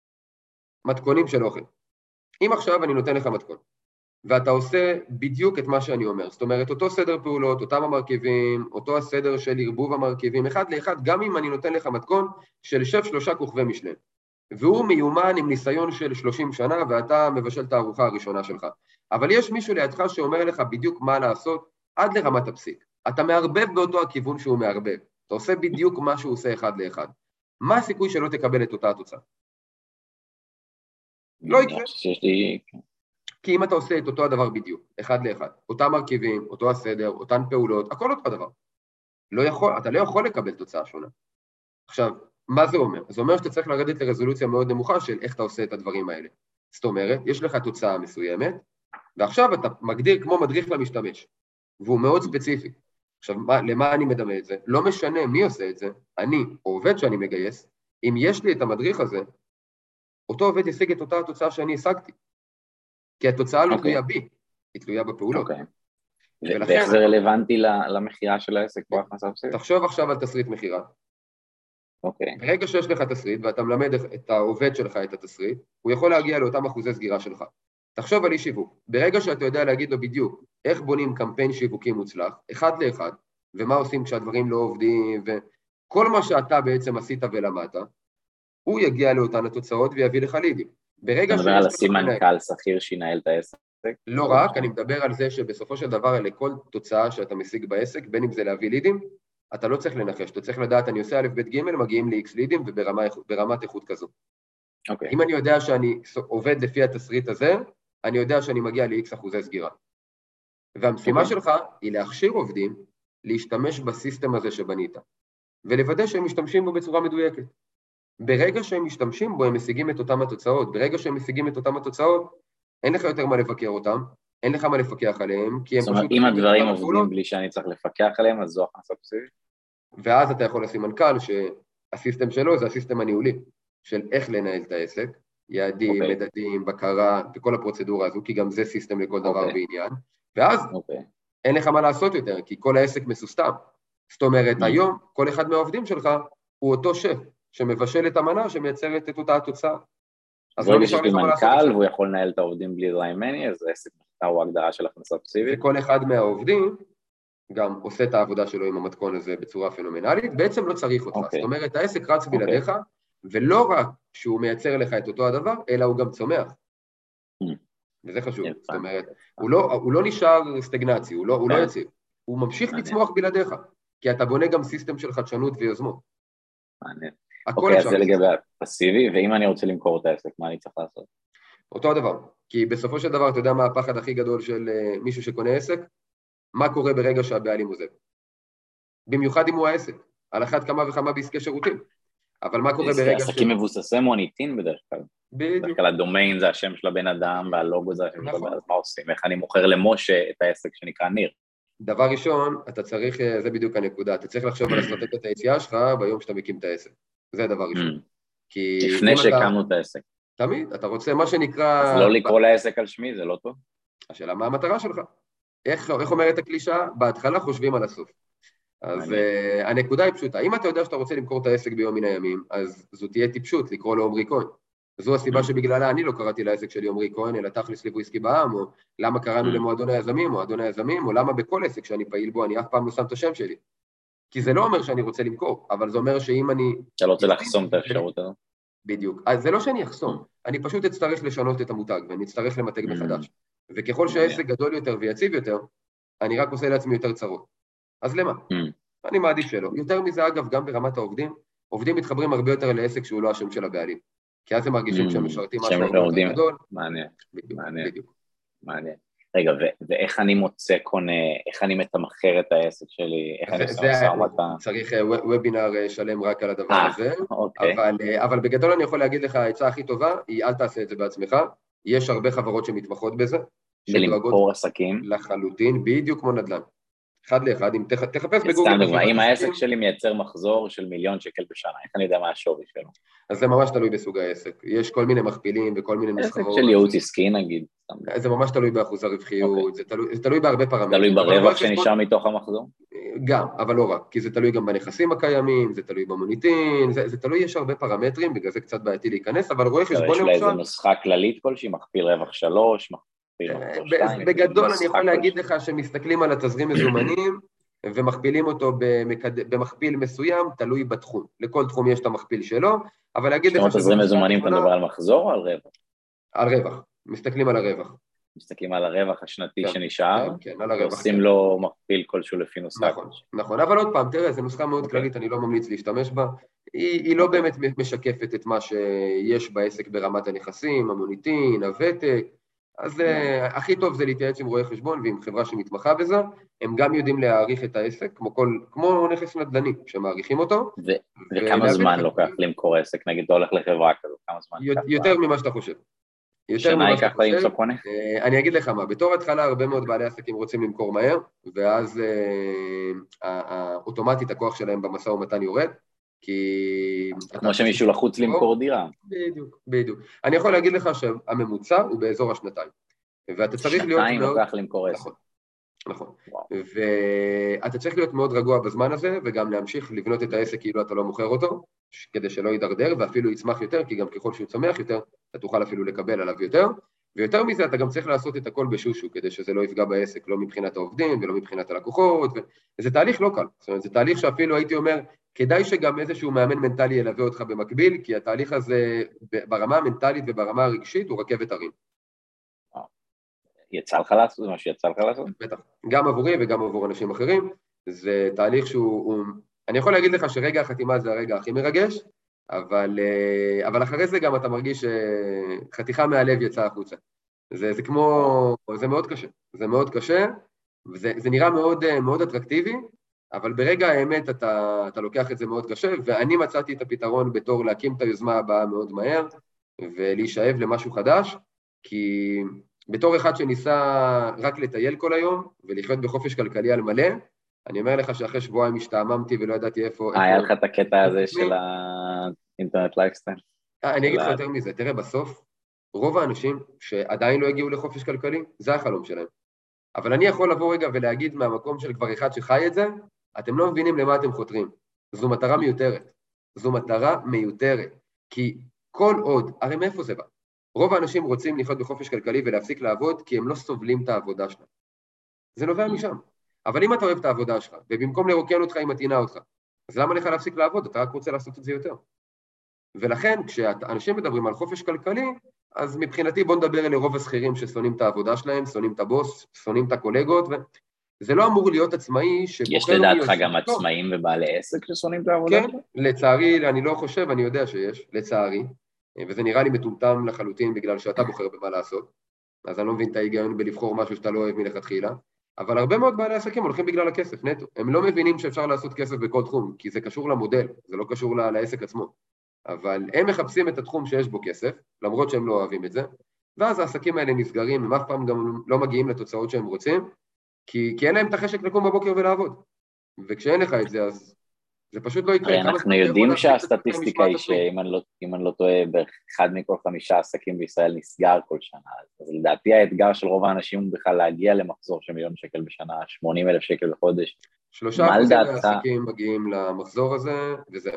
מתכונים של אוכל. אם עכשיו אני נותן לך מתכון, ואתה עושה בדיוק את מה שאני אומר, זאת אומרת, אותו סדר פעולות, אותם המרכיבים, אותו הסדר של ערבוב המרכיבים, אחד לאחד, גם אם אני נותן לך מתכון של שף שלושה כוכבי משלן, והוא מיומן עם ניסיון של שלושים שנה, ואתה מבשל את הארוחה הראשונה שלך. אבל יש מישהו לידך שאומר לך בדיוק מה לעשות, עד לרמת הפסיק. אתה מערבב באותו הכיוון שהוא מערבב. אתה עושה בדיוק מה שהוא עושה אחד לאחד. מה הסיכוי שלא תקבל את אותה התוצאה? לא יקרה. כי אם אתה עושה את אותו הדבר בדיוק, אחד לאחד, אותם מרכיבים, אותו הסדר, אותן פעולות, הכל אותו הדבר. לא יכול, אתה לא יכול לקבל תוצאה שונה. עכשיו, מה זה אומר? זה אומר שאתה צריך לרדת לרזולוציה מאוד נמוכה של איך אתה עושה את הדברים האלה. זאת אומרת, יש לך תוצאה מסוימת, ועכשיו אתה מגדיר כמו מדריך למשתמש, והוא מאוד ספציפי. עכשיו, מה, למה אני מדמה את זה? לא משנה מי עושה את זה, אני או עובד שאני מגייס, אם יש לי את המדריך הזה, אותו עובד ישיג את אותה התוצאה שאני השגתי. כי התוצאה לא תלויה בי, היא תלויה בפעולות. ואיך זה רלוונטי למחירה של העסק? תחשוב עכשיו על תסריט מחירה. Okay. ברגע שיש לך תסריט, ואתה מלמד את העובד שלך את התסריט, הוא יכול להגיע לאותם אחוזי סגירה שלך. תחשוב על אי שיווק. ברגע שאתה יודע להגיד לו בדיוק איך בונים קמפיין שיווקי מוצלח, אחד לאחד, ומה עושים כשהדברים לא עובדים, וכל מה שאתה בעצם עשית ולמדת, הוא יגיע לאותן התוצאות ויביא לך לידים. אתה מדבר על לשים מנכ"ל שכיר שינהל את העסק? לא רק, אני מדבר על זה שבסופו של דבר, לכל תוצאה שאתה משיג בעסק, בין אם זה להביא לידים, אתה לא צריך לנחש, אתה צריך לדעת, אני עושה א' ב' ג', מגיעים ל-X לידים וברמת איכות כזו. Okay. אם אני יודע שאני עובד לפי התסריט הזה, אני יודע שאני מגיע ל-X אחוזי סגירה. והמשימה okay. שלך היא להכשיר עובדים, להשתמש בסיסטם הזה שבנית, ולוודא שהם משתמשים בו בצורה מדויקת. ברגע שהם משתמשים בו, הם משיגים את אותם התוצאות. ברגע שהם משיגים את אותם התוצאות, אין לך יותר מה לבקר אותם, אין לך מה לפקח עליהם, כי הם פשוט... זאת אומרת, אם הדברים עובדים בלי שאני צריך לפקח עליהם, אז זו הכנסה פסיבית? ואז אתה יכול לשים מנכ"ל שהסיסטם שלו זה הסיסטם הניהולי, של איך לנהל את העסק, יעדים, okay. מדדים, בקרה, וכל הפרוצדורה הזו, כי גם זה סיסטם לכל דבר okay. בעניין, ואז okay. אין לך מה לעשות יותר, כי כל העסק מסוסתם. זאת אומרת, mm. היום כל אחד מהעובדים שלך הוא אותו שף, שמבשל את המנה, שמייצרת את אותה התוצאה. אז לא נשאר לי מנכ"ל, והוא יכול לנהל את העובדים בלי דרי מני, אז העסק הוא הגדרה של הכנסה פסיבית. וכל אחד מהעובדים גם עושה את העבודה שלו עם המתכון הזה בצורה פנומנלית, בעצם לא צריך אותך. Okay. זאת אומרת, העסק רץ בלעדיך, okay. ולא רק שהוא מייצר לך את אותו הדבר, אלא הוא גם צומח. Mm. וזה חשוב. Yeah, זאת אומרת, yeah. הוא, לא, הוא לא נשאר סטגנצי, הוא לא, הוא yeah. לא יציב. הוא ממשיך yeah. לצמוח בלעדיך, כי אתה בונה גם סיסטם של חדשנות ויוזמות. מעניין. אוקיי, אז זה לגבי הפסיבי, ואם אני רוצה למכור את העסק, מה אני צריך לעשות? אותו הדבר, כי בסופו של דבר, אתה יודע מה הפחד הכי גדול של מישהו שקונה עסק? מה קורה ברגע שהבעלים עוזב? במיוחד אם הוא העסק, על אחת כמה וכמה בעסקי שירותים. אבל מה קורה ברגע ש... עסקים מבוססי מוניטין בדרך כלל. בדיוק. בדרך כלל הדומיין זה השם של הבן אדם, והלוגו זה השם של הבן אדם, אז מה עושים? איך אני מוכר למשה את העסק שנקרא ניר? דבר ראשון, אתה צריך, זה בדיוק הנקודה, אתה צריך לחשוב על אסטרטגיית היציאה שלך ביום שאתה מקים את העסק. זה דבר ראשון. לפני שהקמנו את העסק. תמיד, אתה רוצה מה שנקרא... אז לא לקרוא לעסק על שמי, זה לא טוב? השאלה, מה המטרה שלך? איך, איך אומרת הקלישה? בהתחלה חושבים על הסוף. אז uh, הנקודה היא פשוטה. אם אתה יודע שאתה רוצה למכור את העסק ביום מן הימים, אז זו תהיה טיפשות לקרוא לו עומרי כהן. זו הסיבה שבגללה אני לא קראתי לעסק שלי עומרי כהן, אלא תכלס ליווי עסקי בעם, או למה קראנו למועדון היזמים, מועדון היזמים, או למה בכל עסק שאני פעיל בו, אני אף פעם לא שם את השם שלי. כי זה לא אומר שאני רוצה למכור, אבל זה אומר שאם אני... אתה לא רוצה לחסום את האפשרות הזאת. בדיוק. אז זה לא שאני אחסום, אני פשוט אצטרך לשנות את המותג, ואני אצטרך למתג מחדש. וככל שהעסק גדול יותר ויציב יותר, אני רק עושה לעצמי יותר צרות. אז למה? אני מעדיף שלא. יותר מזה, אגב, גם ברמת העובדים, עובדים מתחברים הרבה יותר לעסק שהוא לא השם של הבעלים. כי אז הם מרגישים שהם משרתים משהו הרבה יותר גדול. מעניין, מעניין, מעניין. רגע, ואיך אני מוצא קונה, איך אני מתמחר את העסק שלי, איך אני עושה מסע ומתן? צריך וובינר שלם רק על הדבר הזה, אבל בגדול אני יכול להגיד לך, העצה הכי טובה היא אל תעשה את זה בעצמך, יש הרבה חברות שמתמחות בזה. ולמכור עסקים? לחלוטין, בדיוק כמו נדל"ן. אחד לאחד, אם תחפש בגוגל... סתם דוגמה, אם העסק שלי מייצר מחזור של מיליון שקל בשנה, איך אני יודע מה השווי שלו? אז זה ממש תלוי בסוג העסק. יש כל מיני מכפילים וכל מיני נוסחאות. עסק של ייעוץ עסקי נגיד. זה ממש תלוי באחוז הרווחיות, זה תלוי בהרבה פרמטרים. תלוי ברווח שנשאר מתוך המחזור? גם, אבל לא רק, כי זה תלוי גם בנכסים הקיימים, זה תלוי במוניטין, זה תלוי, יש הרבה פרמטרים, בגלל זה קצת בעייתי להיכנס, אבל רואה חשבון למשל... יש לה איזו נוסחה כללית כלשהי, מכפיל רווח שלוש, מכפיל רווח שתיים. בגדול אני יכול להגיד לך שמסתכלים על התזרים מזומנים, ומכפילים אותו במכפיל מסוים, תלוי בתחום. לכל תחום יש את המכפיל שלו, אבל להגיד לך... תזרים מזומנים, אתה מדבר על מחזור או על רווח? על רווח, מסתכלים על הרווח. מסתכלים על הרווח השנתי שנשאר, כן, על הרווח. ועושים לו מכפיל כלשהו לפי נוסחה. נכון, נכון, אבל עוד פעם, תראה, זו נוסחה מאוד כללית, אני לא ממליץ להשתמש בה, היא לא באמת משקפת את מה שיש בעסק ברמת הנכסים, המוניטין, הוותק, אז הכי טוב זה להתייעץ עם רואי חשבון ועם חברה שמתמחה בזה, הם גם יודעים להעריך את העסק, כמו כל, כמו נכס נדל"ני, שמעריכים אותו. וכמה זמן לוקח למכור עסק, נגיד אתה הולך לחברה כזאת, כמה זמן? יותר ממה שאתה חושב. שנה ייקח למצוא קונה? אני אגיד לך מה, בתור התחלה הרבה מאוד בעלי עסקים רוצים למכור מהר, ואז אוטומטית הכוח שלהם במשא ומתן יורד, כי... כמו שמישהו לחוץ למכור דירה. בדיוק, בדיוק. אני יכול להגיד לך שהממוצע הוא באזור השנתיים. ואתה צריך להיות מאוד... שנתיים לוקח למכור עסק. נכון, נכון. ואתה צריך להיות מאוד רגוע בזמן הזה, וגם להמשיך לבנות את העסק כאילו אתה לא מוכר אותו, כדי שלא יידרדר, ואפילו יצמח יותר, כי גם ככל שהוא צומח יותר, אתה תוכל אפילו לקבל עליו יותר. ויותר מזה, אתה גם צריך לעשות את הכל בשושו, כדי שזה לא יפגע בעסק, לא מבחינת העובדים ולא מבחינת הלקוחות, וזה תהליך לא קל. זאת אומרת, זה תהליך שאפילו הייתי אומר, כדאי שגם איזשהו מאמן מנטלי ילווה אותך במקביל, כי התהליך הזה ברמה המנטלית וברמה הרגשית הוא רכבת הרים. יצא לך לעשות? זה מה שיצא לך לעשות? בטח, גם עבורי וגם עבור אנשים אחרים, זה תהליך שהוא, הוא, אני יכול להגיד לך שרגע החתימה זה הרגע הכי מרגש, אבל, אבל אחרי זה גם אתה מרגיש שחתיכה מהלב יצאה החוצה. זה, זה כמו, זה מאוד קשה, זה מאוד קשה, וזה, זה נראה מאוד, מאוד אטרקטיבי, אבל ברגע האמת אתה, אתה לוקח את זה מאוד קשה, ואני מצאתי את הפתרון בתור להקים את היוזמה הבאה מאוד מהר, ולהישאב למשהו חדש, כי בתור אחד שניסה רק לטייל כל היום, ולחיות בחופש כלכלי על מלא, אני אומר לך שאחרי שבועיים השתעממתי ולא ידעתי איפה... היה לך את הקטע הזה של האינטרנט לייפסטייל? אני אגיד לך יותר מזה, תראה, בסוף, רוב האנשים שעדיין לא הגיעו לחופש כלכלי, זה החלום שלהם. אבל אני יכול לבוא רגע ולהגיד מהמקום של כבר אחד שחי את זה, אתם לא מבינים למה אתם חותרים. זו מטרה מיותרת. זו מטרה מיותרת. כי כל עוד, הרי מאיפה זה בא? רוב האנשים רוצים לחיות בחופש כלכלי ולהפסיק לעבוד, כי הם לא סובלים את העבודה שלהם. זה נובע משם. אבל אם אתה אוהב את העבודה שלך, ובמקום לרוקן אותך, היא מתאינה אותך, אז למה לך להפסיק לעבוד? אתה רק רוצה לעשות את זה יותר. ולכן, כשאנשים מדברים על חופש כלכלי, אז מבחינתי בוא נדבר אלה רוב השכירים ששונאים את העבודה שלהם, שונאים את הבוס, שונאים את הקולגות, וזה לא אמור להיות עצמאי שבוחר... יש לדעתך גם עצמאים ובעלי עסק ששונאים את העבודה? כן, לצערי, אני לא חושב, אני יודע שיש, לצערי, וזה נראה לי מטומטם לחלוטין בגלל שאתה בוחר במה לעשות, אז אני לא מבין את ההיגיון בלבחור משהו שאתה לא אוהב מלכתחילה, אבל הרבה מאוד בעלי עסקים הולכים בגלל הכסף, נטו. הם לא מבינים שאפשר לעשות כסף בכל תחום, כי זה קשור למודל, זה לא קשור לעסק עצמו. אבל הם מחפשים את התחום שיש בו כסף, למרות שהם לא אוהבים את זה, ואז העסקים האלה נסגרים, הם אף פעם גם לא מגיעים לתוצאות שהם רוצים, כי, כי אין להם את החשק לקום בבוקר ולעבוד. וכשאין לך את זה, אז זה פשוט לא יקרה. הרי אנחנו יודעים שהסטטיסטיקה היא שאם אני לא, אם אני לא טועה, באחד מכל חמישה עסקים בישראל נסגר כל שנה. אז לדעתי האתגר של רוב האנשים הוא בכלל להגיע למחזור של מיליון שקל בשנה, שמונים אלף שקל בחודש. שלושה אחוזים מהעסקים מגיעים למחזור הזה, וזה.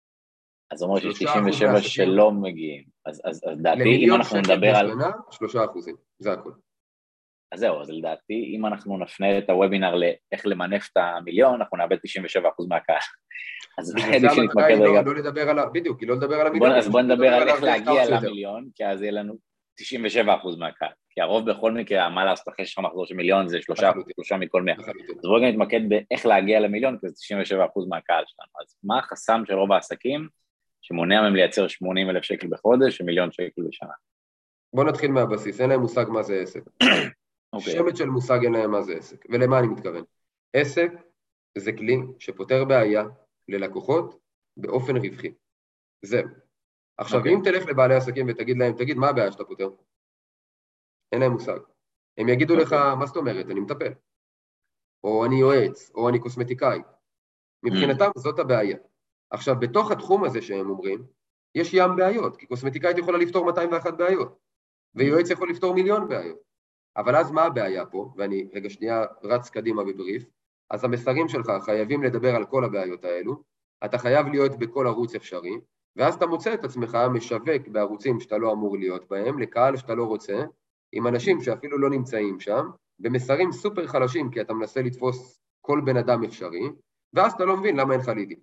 אז אומר שיש תשעים ושבע שלא מגיעים. אז, אז, אז לדעתי, אם אנחנו נדבר על... למיליון שקל בשנה, שלושה אחוזים, זה הכל. אז זהו, אז לדעתי, אם אנחנו נפנה את הוובינר לאיך למנף את המיליון, אנחנו נאבד תשעים ושבע אחוז מהקהל. אז בדיוק שנתמקד רגע... לא לדבר על ה... בדיוק, כי לא לדבר על המיליון. אז בוא נדבר על איך להגיע למיליון, כי אז יהיה לנו תשעים ושבע אחוז מהקהל. כי הרוב בכל מקרה, מה לעשות אחרי שלך מחזור של מיליון, זה שלושה מכל מאה. אז בואו נתמקד באיך להגיע למיליון, כי זה תשעים ושבע אחוז מהקהל שלנו. אז מה החסם של רוב העסקים שמונע מהם לייצר שמונים אלף שקל בחודש ומיליון שקל בשנה? בוא נתחיל מהבסיס, אין להם מושג מה זה עסק. שמץ של מושג אין להם מה זה עסק. ולמה אני מתכוון? עסק זה כלי שפותר בעיה ללקוחות באופן רווחי. זהו. עכשיו, אם תלך לבעלי עסקים ותגיד להם, תגיד, מה הבעיה שאתה פותר? אין להם מושג. הם יגידו לך, מה זאת אומרת? אני מטפל. או אני יועץ, או אני קוסמטיקאי. מבחינתם זאת הבעיה. עכשיו, בתוך התחום הזה שהם אומרים, יש ים בעיות, כי קוסמטיקאית יכולה לפתור מאתיים ואחת בעיות, ויועץ יכול לפתור מיליון בעיות. אבל אז מה הבעיה פה? ואני רגע שנייה רץ קדימה בבריף, אז המסרים שלך חייבים לדבר על כל הבעיות האלו, אתה חייב להיות בכל ערוץ אפשרי, ואז אתה מוצא את עצמך משווק בערוצים שאתה לא אמור להיות בהם, לקהל שאתה לא רוצה, עם אנשים שאפילו לא נמצאים שם, במסרים סופר חלשים, כי אתה מנסה לתפוס כל בן אדם אפשרי, ואז אתה לא מבין למה אין לך לידים.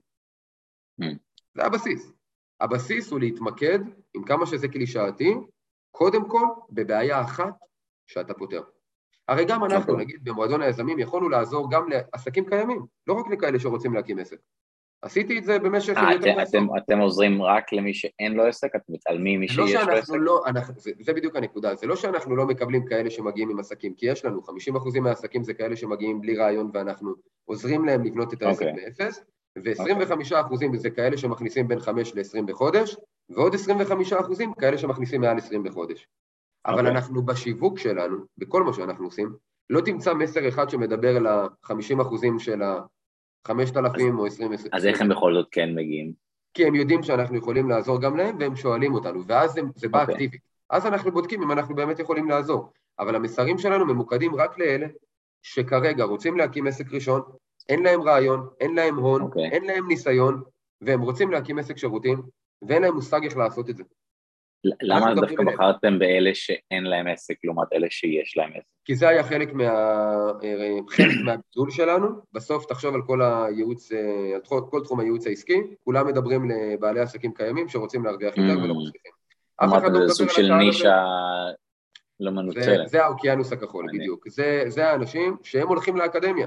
זה הבסיס. הבסיס הוא להתמקד, עם כמה שזה קלישאתי, קודם כל בבעיה אחת שאתה פותר. הרי גם אנחנו, נגיד, במועדון היזמים, יכולנו לעזור גם לעסקים קיימים, לא רק לכאלה שרוצים להקים עסק. עשיתי את זה במשך... אתם עוזרים רק למי שאין לו עסק? אתם מתעלמים מי שיש לו עסק? זה בדיוק הנקודה, זה לא שאנחנו לא מקבלים כאלה שמגיעים עם עסקים, כי יש לנו, חמישים אחוז מהעסקים זה כאלה שמגיעים בלי רעיון, ואנחנו עוזרים להם לבנות את העסק באפס, ו-עשרים וחמישה אחוז זה כאלה שמכניסים בין חמש ל-עשרים בחודש, ועוד עשרים וחמישה אחוז כאלה שמכניסים מעל עשרים בחודש. אבל אנחנו בשיווק שלנו, בכל מה שאנחנו עושים, לא תמצא מסר אחד שמדבר על ה-חמישים אחוז של ה-חמשת אלפים או עשרים. אז איך הם בכל זאת כן מגיעים? כי הם יודעים שאנחנו יכולים לעזור גם להם, והם שואלים אותנו, ואז זה בא אקטיבית. אז אנחנו בודקים אם אנחנו באמת יכולים לעזור. אבל המסרים שלנו ממוקדים רק לאלה שכרגע רוצים להקים עסק ראשון, אין להם רעיון, אין להם הון, okay. אין להם ניסיון, והם רוצים להקים עסק שירותים, ואין להם מושג איך לעשות את זה. למה דווקא בחרתם באלה שאין להם עסק, לעומת אלה שיש להם עסק? כי זה היה חלק מה... חלק מהבידול שלנו, בסוף תחשוב על כל הייעוץ, על כל תחום הייעוץ העסקי, כולם מדברים לבעלי עסקים קיימים שרוצים להרוויח יותר ולא מצליחים. אף אחד לא מדבר על הקהל הזה. זה סוג של נישה לא מנוצלת. זה האוקיינוס הכחול, בדיוק. זה האנשים שהם הולכים לאקדמיה.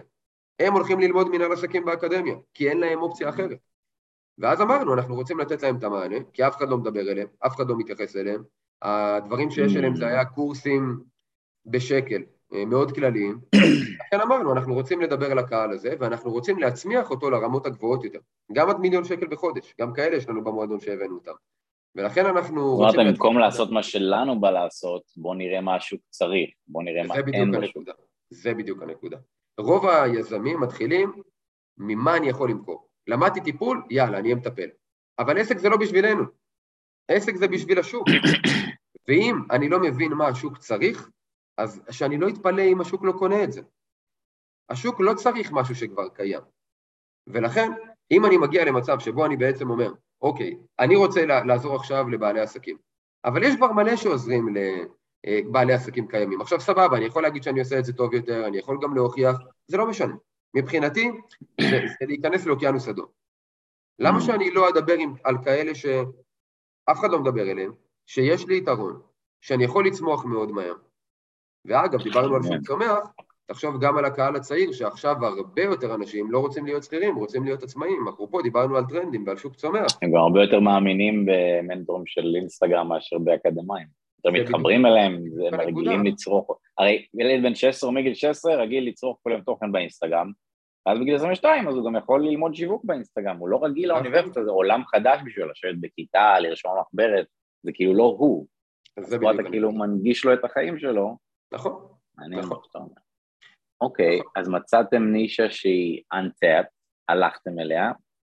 הם הולכים ללמוד מנהל עסקים באקדמיה, כי אין להם אופציה אחרת. ואז אמרנו, אנחנו רוצים לתת להם את המענה, כי אף אחד לא מדבר אליהם, אף אחד לא מתייחס אליהם. הדברים שיש אליהם זה היה קורסים בשקל, מאוד כלליים. לכן אמרנו, אנחנו רוצים לדבר על הקהל הזה, ואנחנו רוצים להצמיח אותו לרמות הגבוהות יותר. גם עד מיליון שקל בחודש, גם כאלה יש לנו במועדון שהבאנו אותם. ולכן אנחנו רוצים... זאת אומרת, במקום לעשות מה שלנו בא לעשות, בוא נראה מה השוק צריך, בוא נראה מה אין בשוק. זה בדיוק הנקודה. רוב היזמים מתחילים, ממה אני יכול למכור? למדתי טיפול, יאללה, אני מטפל. אבל עסק זה לא בשבילנו. עסק זה בשביל השוק. ואם אני לא מבין מה השוק צריך, אז שאני לא אתפלא אם השוק לא קונה את זה. השוק לא צריך משהו שכבר קיים. ולכן, אם אני מגיע למצב שבו אני בעצם אומר, אוקיי, אני רוצה לעזור עכשיו לבעלי עסקים, אבל יש כבר מלא שעוזרים לבעלי עסקים קיימים. עכשיו סבבה, אני יכול להגיד שאני עושה את זה טוב יותר, אני יכול גם להוכיח, זה לא משנה. מבחינתי, זה, זה להיכנס לאוקיינוס אדום. למה שאני לא אדבר עם, על כאלה שאף אחד לא מדבר אליהם, שיש לי יתרון, שאני יכול לצמוח מאוד מהר. ואגב, דיברנו על שוק צומח, תחשוב גם על הקהל הצעיר, שעכשיו הרבה יותר אנשים לא רוצים להיות שכירים, רוצים להיות עצמאים. אפרופו, דיברנו על טרנדים ועל שוק צומח. הם גם הרבה יותר מאמינים במנטורים של אינסטגרם מאשר באקדמיים. יותר מתחברים אליהם, הם רגילים לצרוך. הרי ילד בן שש עשרה או מגיל שש עשרה רגיל לצרוך כל יום תוכן באינסטגרם, אז בגיל עשרים ושתיים, אז הוא גם יכול ללמוד שיווק באינסטגרם, הוא לא רגיל לאוניברסיטה, זה עולם חדש בשביל לשבת בכיתה, לרשום מחברת, זה כאילו לא הוא. אז פה אתה כאילו מנגיש לו את החיים שלו. נכון. מעניין מה שאתה אומר. אוקיי, אז מצאתם נישה שהיא untapped, הלכתם אליה,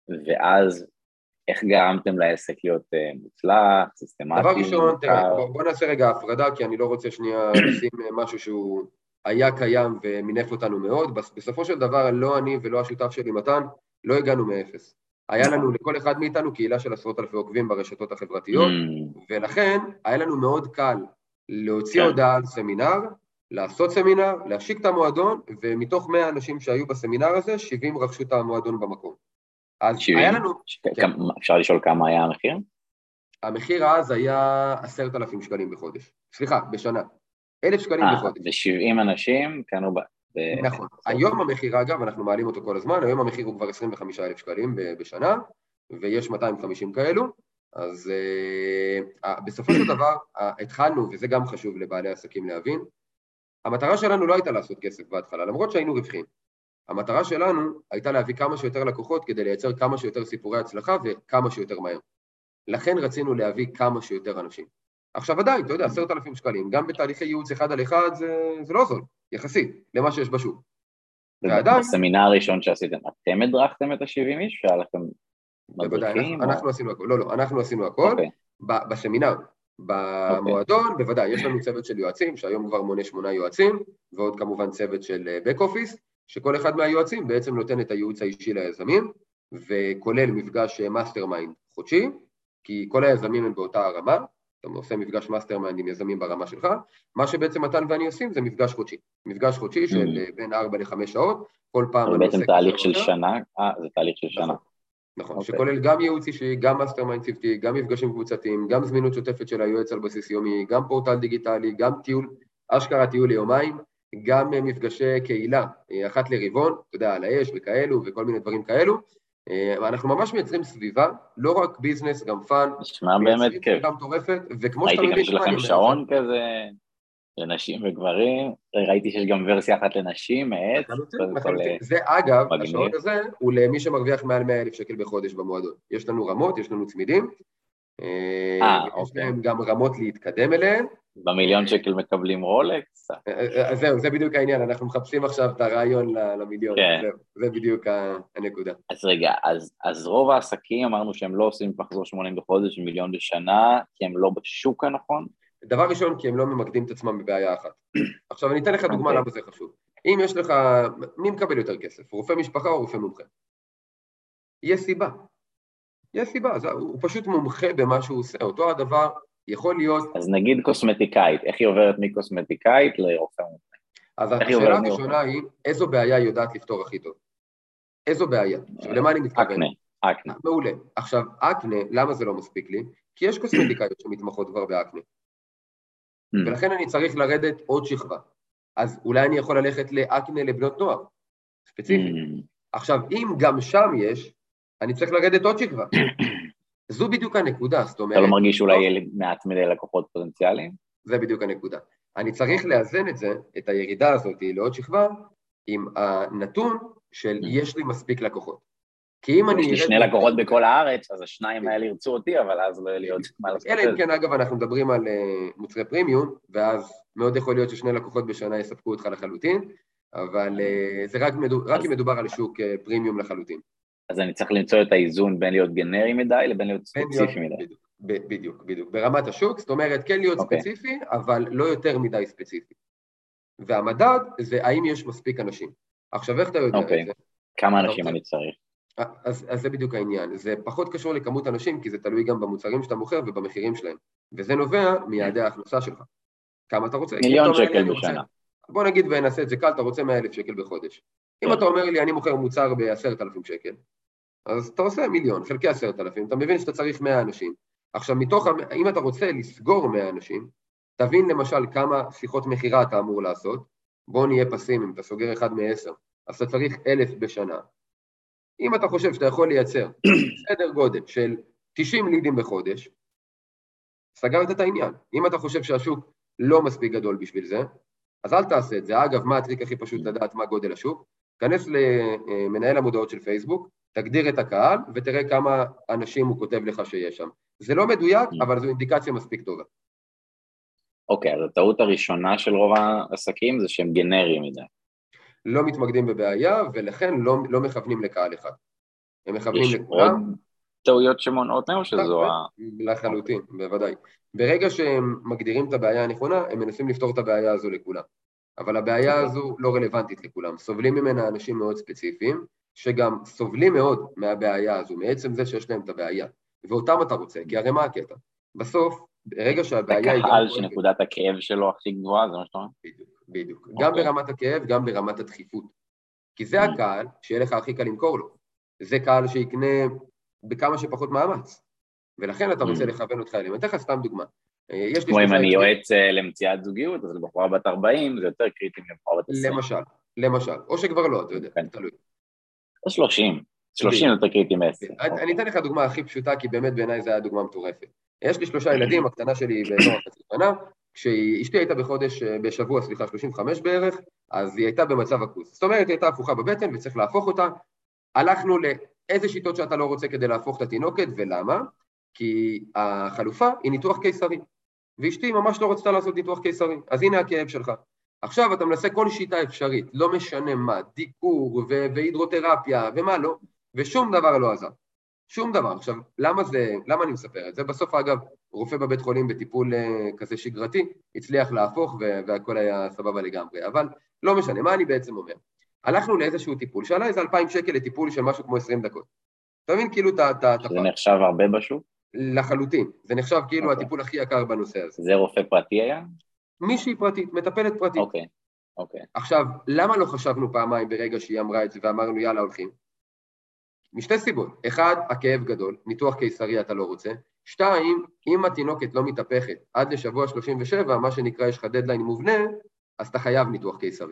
ואז איך גרמתם לעסק להיות מוצלח, סיסטמטי? דבר ראשון, תראה, בוא נעשה רגע הפרדה, כי אני לא רוצה שנייה לשים משהו שהוא היה קיים ומינף אותנו מאוד. בסופו של דבר, לא אני ולא השותף שלי מתן, לא הגענו מאפס. היה לנו לכל אחד מאיתנו קהילה של עשרות אלפי עוקבים ברשתות החברתיות, ולכן היה לנו מאוד קל להוציא הודעה על סמינר, לעשות סמינר, להשיק את המועדון, ומתוך מאה אנשים שהיו בסמינר הזה, שבעים רכשו את המועדון במקום. אז שבעים? היה לנו... כן. אפשר לשאול כמה היה המחיר? המחיר אז היה עשרת אלפים שקלים בחודש. סליחה, בשנה. אלף שקלים 아, בחודש. ו-שבעים אנשים קנו ב... נכון. היום המחיר, אגב, אנחנו מעלים אותו כל הזמן, היום המחיר הוא כבר עשרים וחמישה אלף שקלים בשנה, ויש מאתיים וחמישים כאלו, אז uh, בסופו של דבר, uh, התחלנו, וזה גם חשוב לבעלי עסקים להבין, המטרה שלנו לא הייתה לעשות כסף בהתחלה, למרות שהיינו רווחים. המטרה שלנו הייתה להביא כמה שיותר לקוחות כדי לייצר כמה שיותר סיפורי הצלחה וכמה שיותר מהר. לכן רצינו להביא כמה שיותר אנשים. עכשיו עדיין, אתה יודע, עשרת אלפים שקלים, גם בתהליכי ייעוץ אחד על אחד זה, זה לא זול, יחסית, למה שיש בשוק. ועדיין... בסמינר הראשון שעשיתם, אתם הדרכתם את ה-שבעים איש? שהיה לכם מדריכים? אנחנו עשינו הכל, לא, לא, אנחנו עשינו הכל, בסמינר. במועדון, okay. בוודאי, יש לנו צוות של יועצים, שהיום כבר מונה שמונה יועצים, ועוד כמובן צוות של back office, שכל אחד מהיועצים בעצם נותן את הייעוץ האישי ליזמים, וכולל מפגש מאסטרמיינד חודשי, כי כל היזמים הם באותה הרמה, אתה עושה מפגש מאסטרמיינד עם יזמים ברמה שלך, מה שבעצם מתן ואני עושים זה מפגש חודשי, מפגש חודשי של mm. בין ארבע לחמש שעות, כל פעם... זה בעצם תהליך של שנה? אה, זה תהליך של שנה. נכון, okay. שכולל גם ייעוץ אישי, גם מאסטרמיינד צוותי, גם מפגשים קבוצתיים, גם זמינות שוטפת של היועץ על בסיס יומי, גם פורטל דיגיטלי, גם טיול, אשכרה טיול ליומיים, גם מפגשי קהילה, אחת לרבעון, אתה יודע, על האש וכאלו וכל מיני דברים כאלו, ואנחנו ממש מייצרים סביבה, לא רק ביזנס, גם פאן, נשמע באמת כיף. גם טורפת, וכמו שאתה מבין... ראיתי גם שלכם שעון כזה, לנשים וגברים, ראיתי שיש גם ורסיה אחת לנשים, מעץ. זה אגב, השעון הזה הוא למי שמרוויח מעל מאה אלף שקל בחודש במועדון. יש לנו רמות, יש לנו צמידים, יש להם גם רמות להתקדם אליהן. במיליון שקל מקבלים רולקס? זהו, זה בדיוק העניין, אנחנו מחפשים עכשיו את הרעיון למיליון, זה בדיוק הנקודה. אז רגע, אז רוב העסקים אמרנו שהם לא עושים מחזור שמונים בחודש, מיליון בשנה, כי הם לא בשוק הנכון? דבר ראשון, כי הם לא ממקדים את עצמם בבעיה אחת. עכשיו, אני אתן לך דוגמה למה זה חשוב. אם יש לך, מי מקבל יותר כסף? רופא משפחה או רופא מומחה? יש סיבה. יש סיבה, הוא פשוט מומחה במה שהוא עושה. אותו הדבר יכול להיות... אז נגיד קוסמטיקאית, איך היא עוברת מקוסמטיקאית לרופא מומחה? אז השאלה הראשונה היא, איזו בעיה היא יודעת לפתור הכי טוב? איזו בעיה? עכשיו, למה אני מתכוון? אקנה, אקנה. מעולה. עכשיו, אקנה, למה זה לא מספיק לי? כי יש קוסמטיקאיות שמתמחות כבר באקנה. ולכן אני צריך לרדת עוד שכבה. אז אולי אני יכול ללכת לאקנה לבנות נוער. ספציפית. עכשיו, אם גם שם יש, אני צריך לרדת עוד שכבה. זו בדיוק הנקודה, זאת אומרת... אתה לא מרגיש אולי יהיה מעט מדי לקוחות פוטנציאליים? זה בדיוק הנקודה. אני צריך לאזן את זה, את הירידה הזאת לעוד שכבה, עם הנתון של יש לי מספיק לקוחות. כי אם אני... יש לי שני לקוחות בכל הארץ, אז השניים האלה ירצו אותי, אבל אז לא יהיה לי עוד מה לעשות. אלא אם כן, אגב, אנחנו מדברים על מוצרי פרימיום, ואז מאוד יכול להיות ששני לקוחות בשנה יספקו אותך לחלוטין, אבל זה רק אם מדובר על שוק פרימיום לחלוטין. אז אני צריך למצוא את האיזון בין להיות גנרי מדי לבין להיות ספציפי מדי. בדיוק, בדיוק. ברמת השוק, זאת אומרת, כן להיות ספציפי, אבל לא יותר מדי ספציפי. והמדד זה האם יש מספיק אנשים. עכשיו, איך אתה יודע את זה? כמה אנשים אני צריך? אז, אז זה בדיוק העניין. זה פחות קשור לכמות אנשים, כי זה תלוי גם במוצרים שאתה מוכר ובמחירים שלהם. וזה נובע מיעדי ההכנסה שלך. כמה אתה רוצה? מיליון שקל בשנה. בוא נגיד ונעשה את זה קל, אתה רוצה מאה אלף שקל בחודש. אם אתה אומר לי, אני מוכר מוצר ב-עשרת אלפים שקל, אז אתה עושה מיליון, חלקי עשרת אלפים, אתה מבין שאתה צריך מאה אנשים. עכשיו, מתוך, אם אתה רוצה לסגור מאה אנשים, תבין למשל כמה שיחות מחירה אתה אמור לעשות, בוא נהיה פסים, אם אתה סוגר אחד מעשר, אז אתה צריך אלף בשנה. אם אתה חושב שאתה יכול לייצר סדר גודל של תשעים לידים בחודש, סגרת את העניין. אם אתה חושב שהשוק לא מספיק גדול בשביל זה, אז אל תעשה את זה. אגב, מה הטריק הכי פשוט לדעת מה גודל השוק? כנס למנהל המודעות של פייסבוק, תגדיר את הקהל, ותראה כמה אנשים הוא כותב לך שיש שם. זה לא מדויק, אבל זו אינדיקציה מספיק טובה. אוקיי, אז הטעות הראשונה של רוב העסקים זה שהם גנריים מדי. לא מתמקדים בבעיה, ולכן לא, לא מכוונים לקהל אחד. הם מכוונים לכולם. יש עוד טעויות שמונעות להם, או שזו ה... לחלוטין, בוודאי. ברגע שהם מגדירים את הבעיה הנכונה, הם מנסים לפתור את הבעיה הזו לכולם. אבל הבעיה הזו לא רלוונטית לכולם. סובלים ממנה אנשים מאוד ספציפיים, שגם סובלים מאוד מהבעיה הזו, מעצם זה שיש להם את הבעיה. ואותם אתה רוצה, כי הרי מה הקטע? בסוף, ברגע שהבעיה היא... הקהל שנקודת הכאב שלו הכי גבוהה, זה מה שאתה אומר? בדיוק, בדיוק. גם ברמת הכאב, גם ברמת הדחיפות. כי זה הקהל שיהיה לך הכי קל למכור לו. זה קהל שיקנה בכמה שפחות מאמץ. ולכן אתה רוצה לכוון אותך אליהם. אני אתן לך סתם דוגמה. כמו אם אני יועץ למציאת זוגיות, אז לבחורה בת ארבעים, זה יותר קריטי מבחורה בת עשרים. למשל, למשל. או שכבר לא, אתה יודע, תלוי. או שלושים. שלושים יותר קריטי מעשר. אני אתן לך דוגמה הכי פשוטה, כי באמת בעיניי זו הייתה דוגמה מטורפת. יש לי שלושה ילדים, הקטנה שלי באזור החצי שנה, כשאשתי הייתה בחודש, בשבוע, סליחה, שלושים וחמש בערך, אז היא הייתה במצב הכוס. זאת אומרת, היא הייתה הפוכה בבטן וצריך להפוך אותה. הלכנו לאיזה שיטות שאתה לא רוצה כדי להפוך את התינוקת, ולמה? כי החלופה היא ניתוח קיסרי. ואשתי ממש לא רצתה לעשות ניתוח קיסרי. אז הנה הכאב שלך. עכשיו אתה מנסה כל שיטה אפשרית, לא משנה מה, דיקור והידרותרפיה ומה לא, ושום דבר לא עזר. שום דבר. עכשיו, למה זה, למה אני מספר את זה? בסוף, אגב, רופא בבית חולים בטיפול כזה שגרתי, הצליח להפוך והכל היה סבבה לגמרי. אבל לא משנה, מה אני בעצם אומר? הלכנו לאיזשהו טיפול, שעלה איזה אלפיים שקל לטיפול של משהו כמו עשרים דקות. אתה מבין? כאילו אתה... זה נחשב הרבה בשוק? לחלוטין. זה נחשב כאילו הטיפול הכי יקר בנושא הזה. זה רופא פרטי היה? מישהי פרטית, מטפלת פרטית. אוקיי, אוקיי. עכשיו, למה לא חשבנו פעמיים ברגע שהיא אמרה את זה ואמרנו יאללה הולכים? משתי סיבות. אחד, הכאב גדול, ניתוח קיסרי אתה לא רוצה. שתיים, אם התינוקת לא מתהפכת עד לשבוע שלושים ושבע, מה שנקרא יש לך דדליין מובנה, אז אתה חייב ניתוח קיסרי.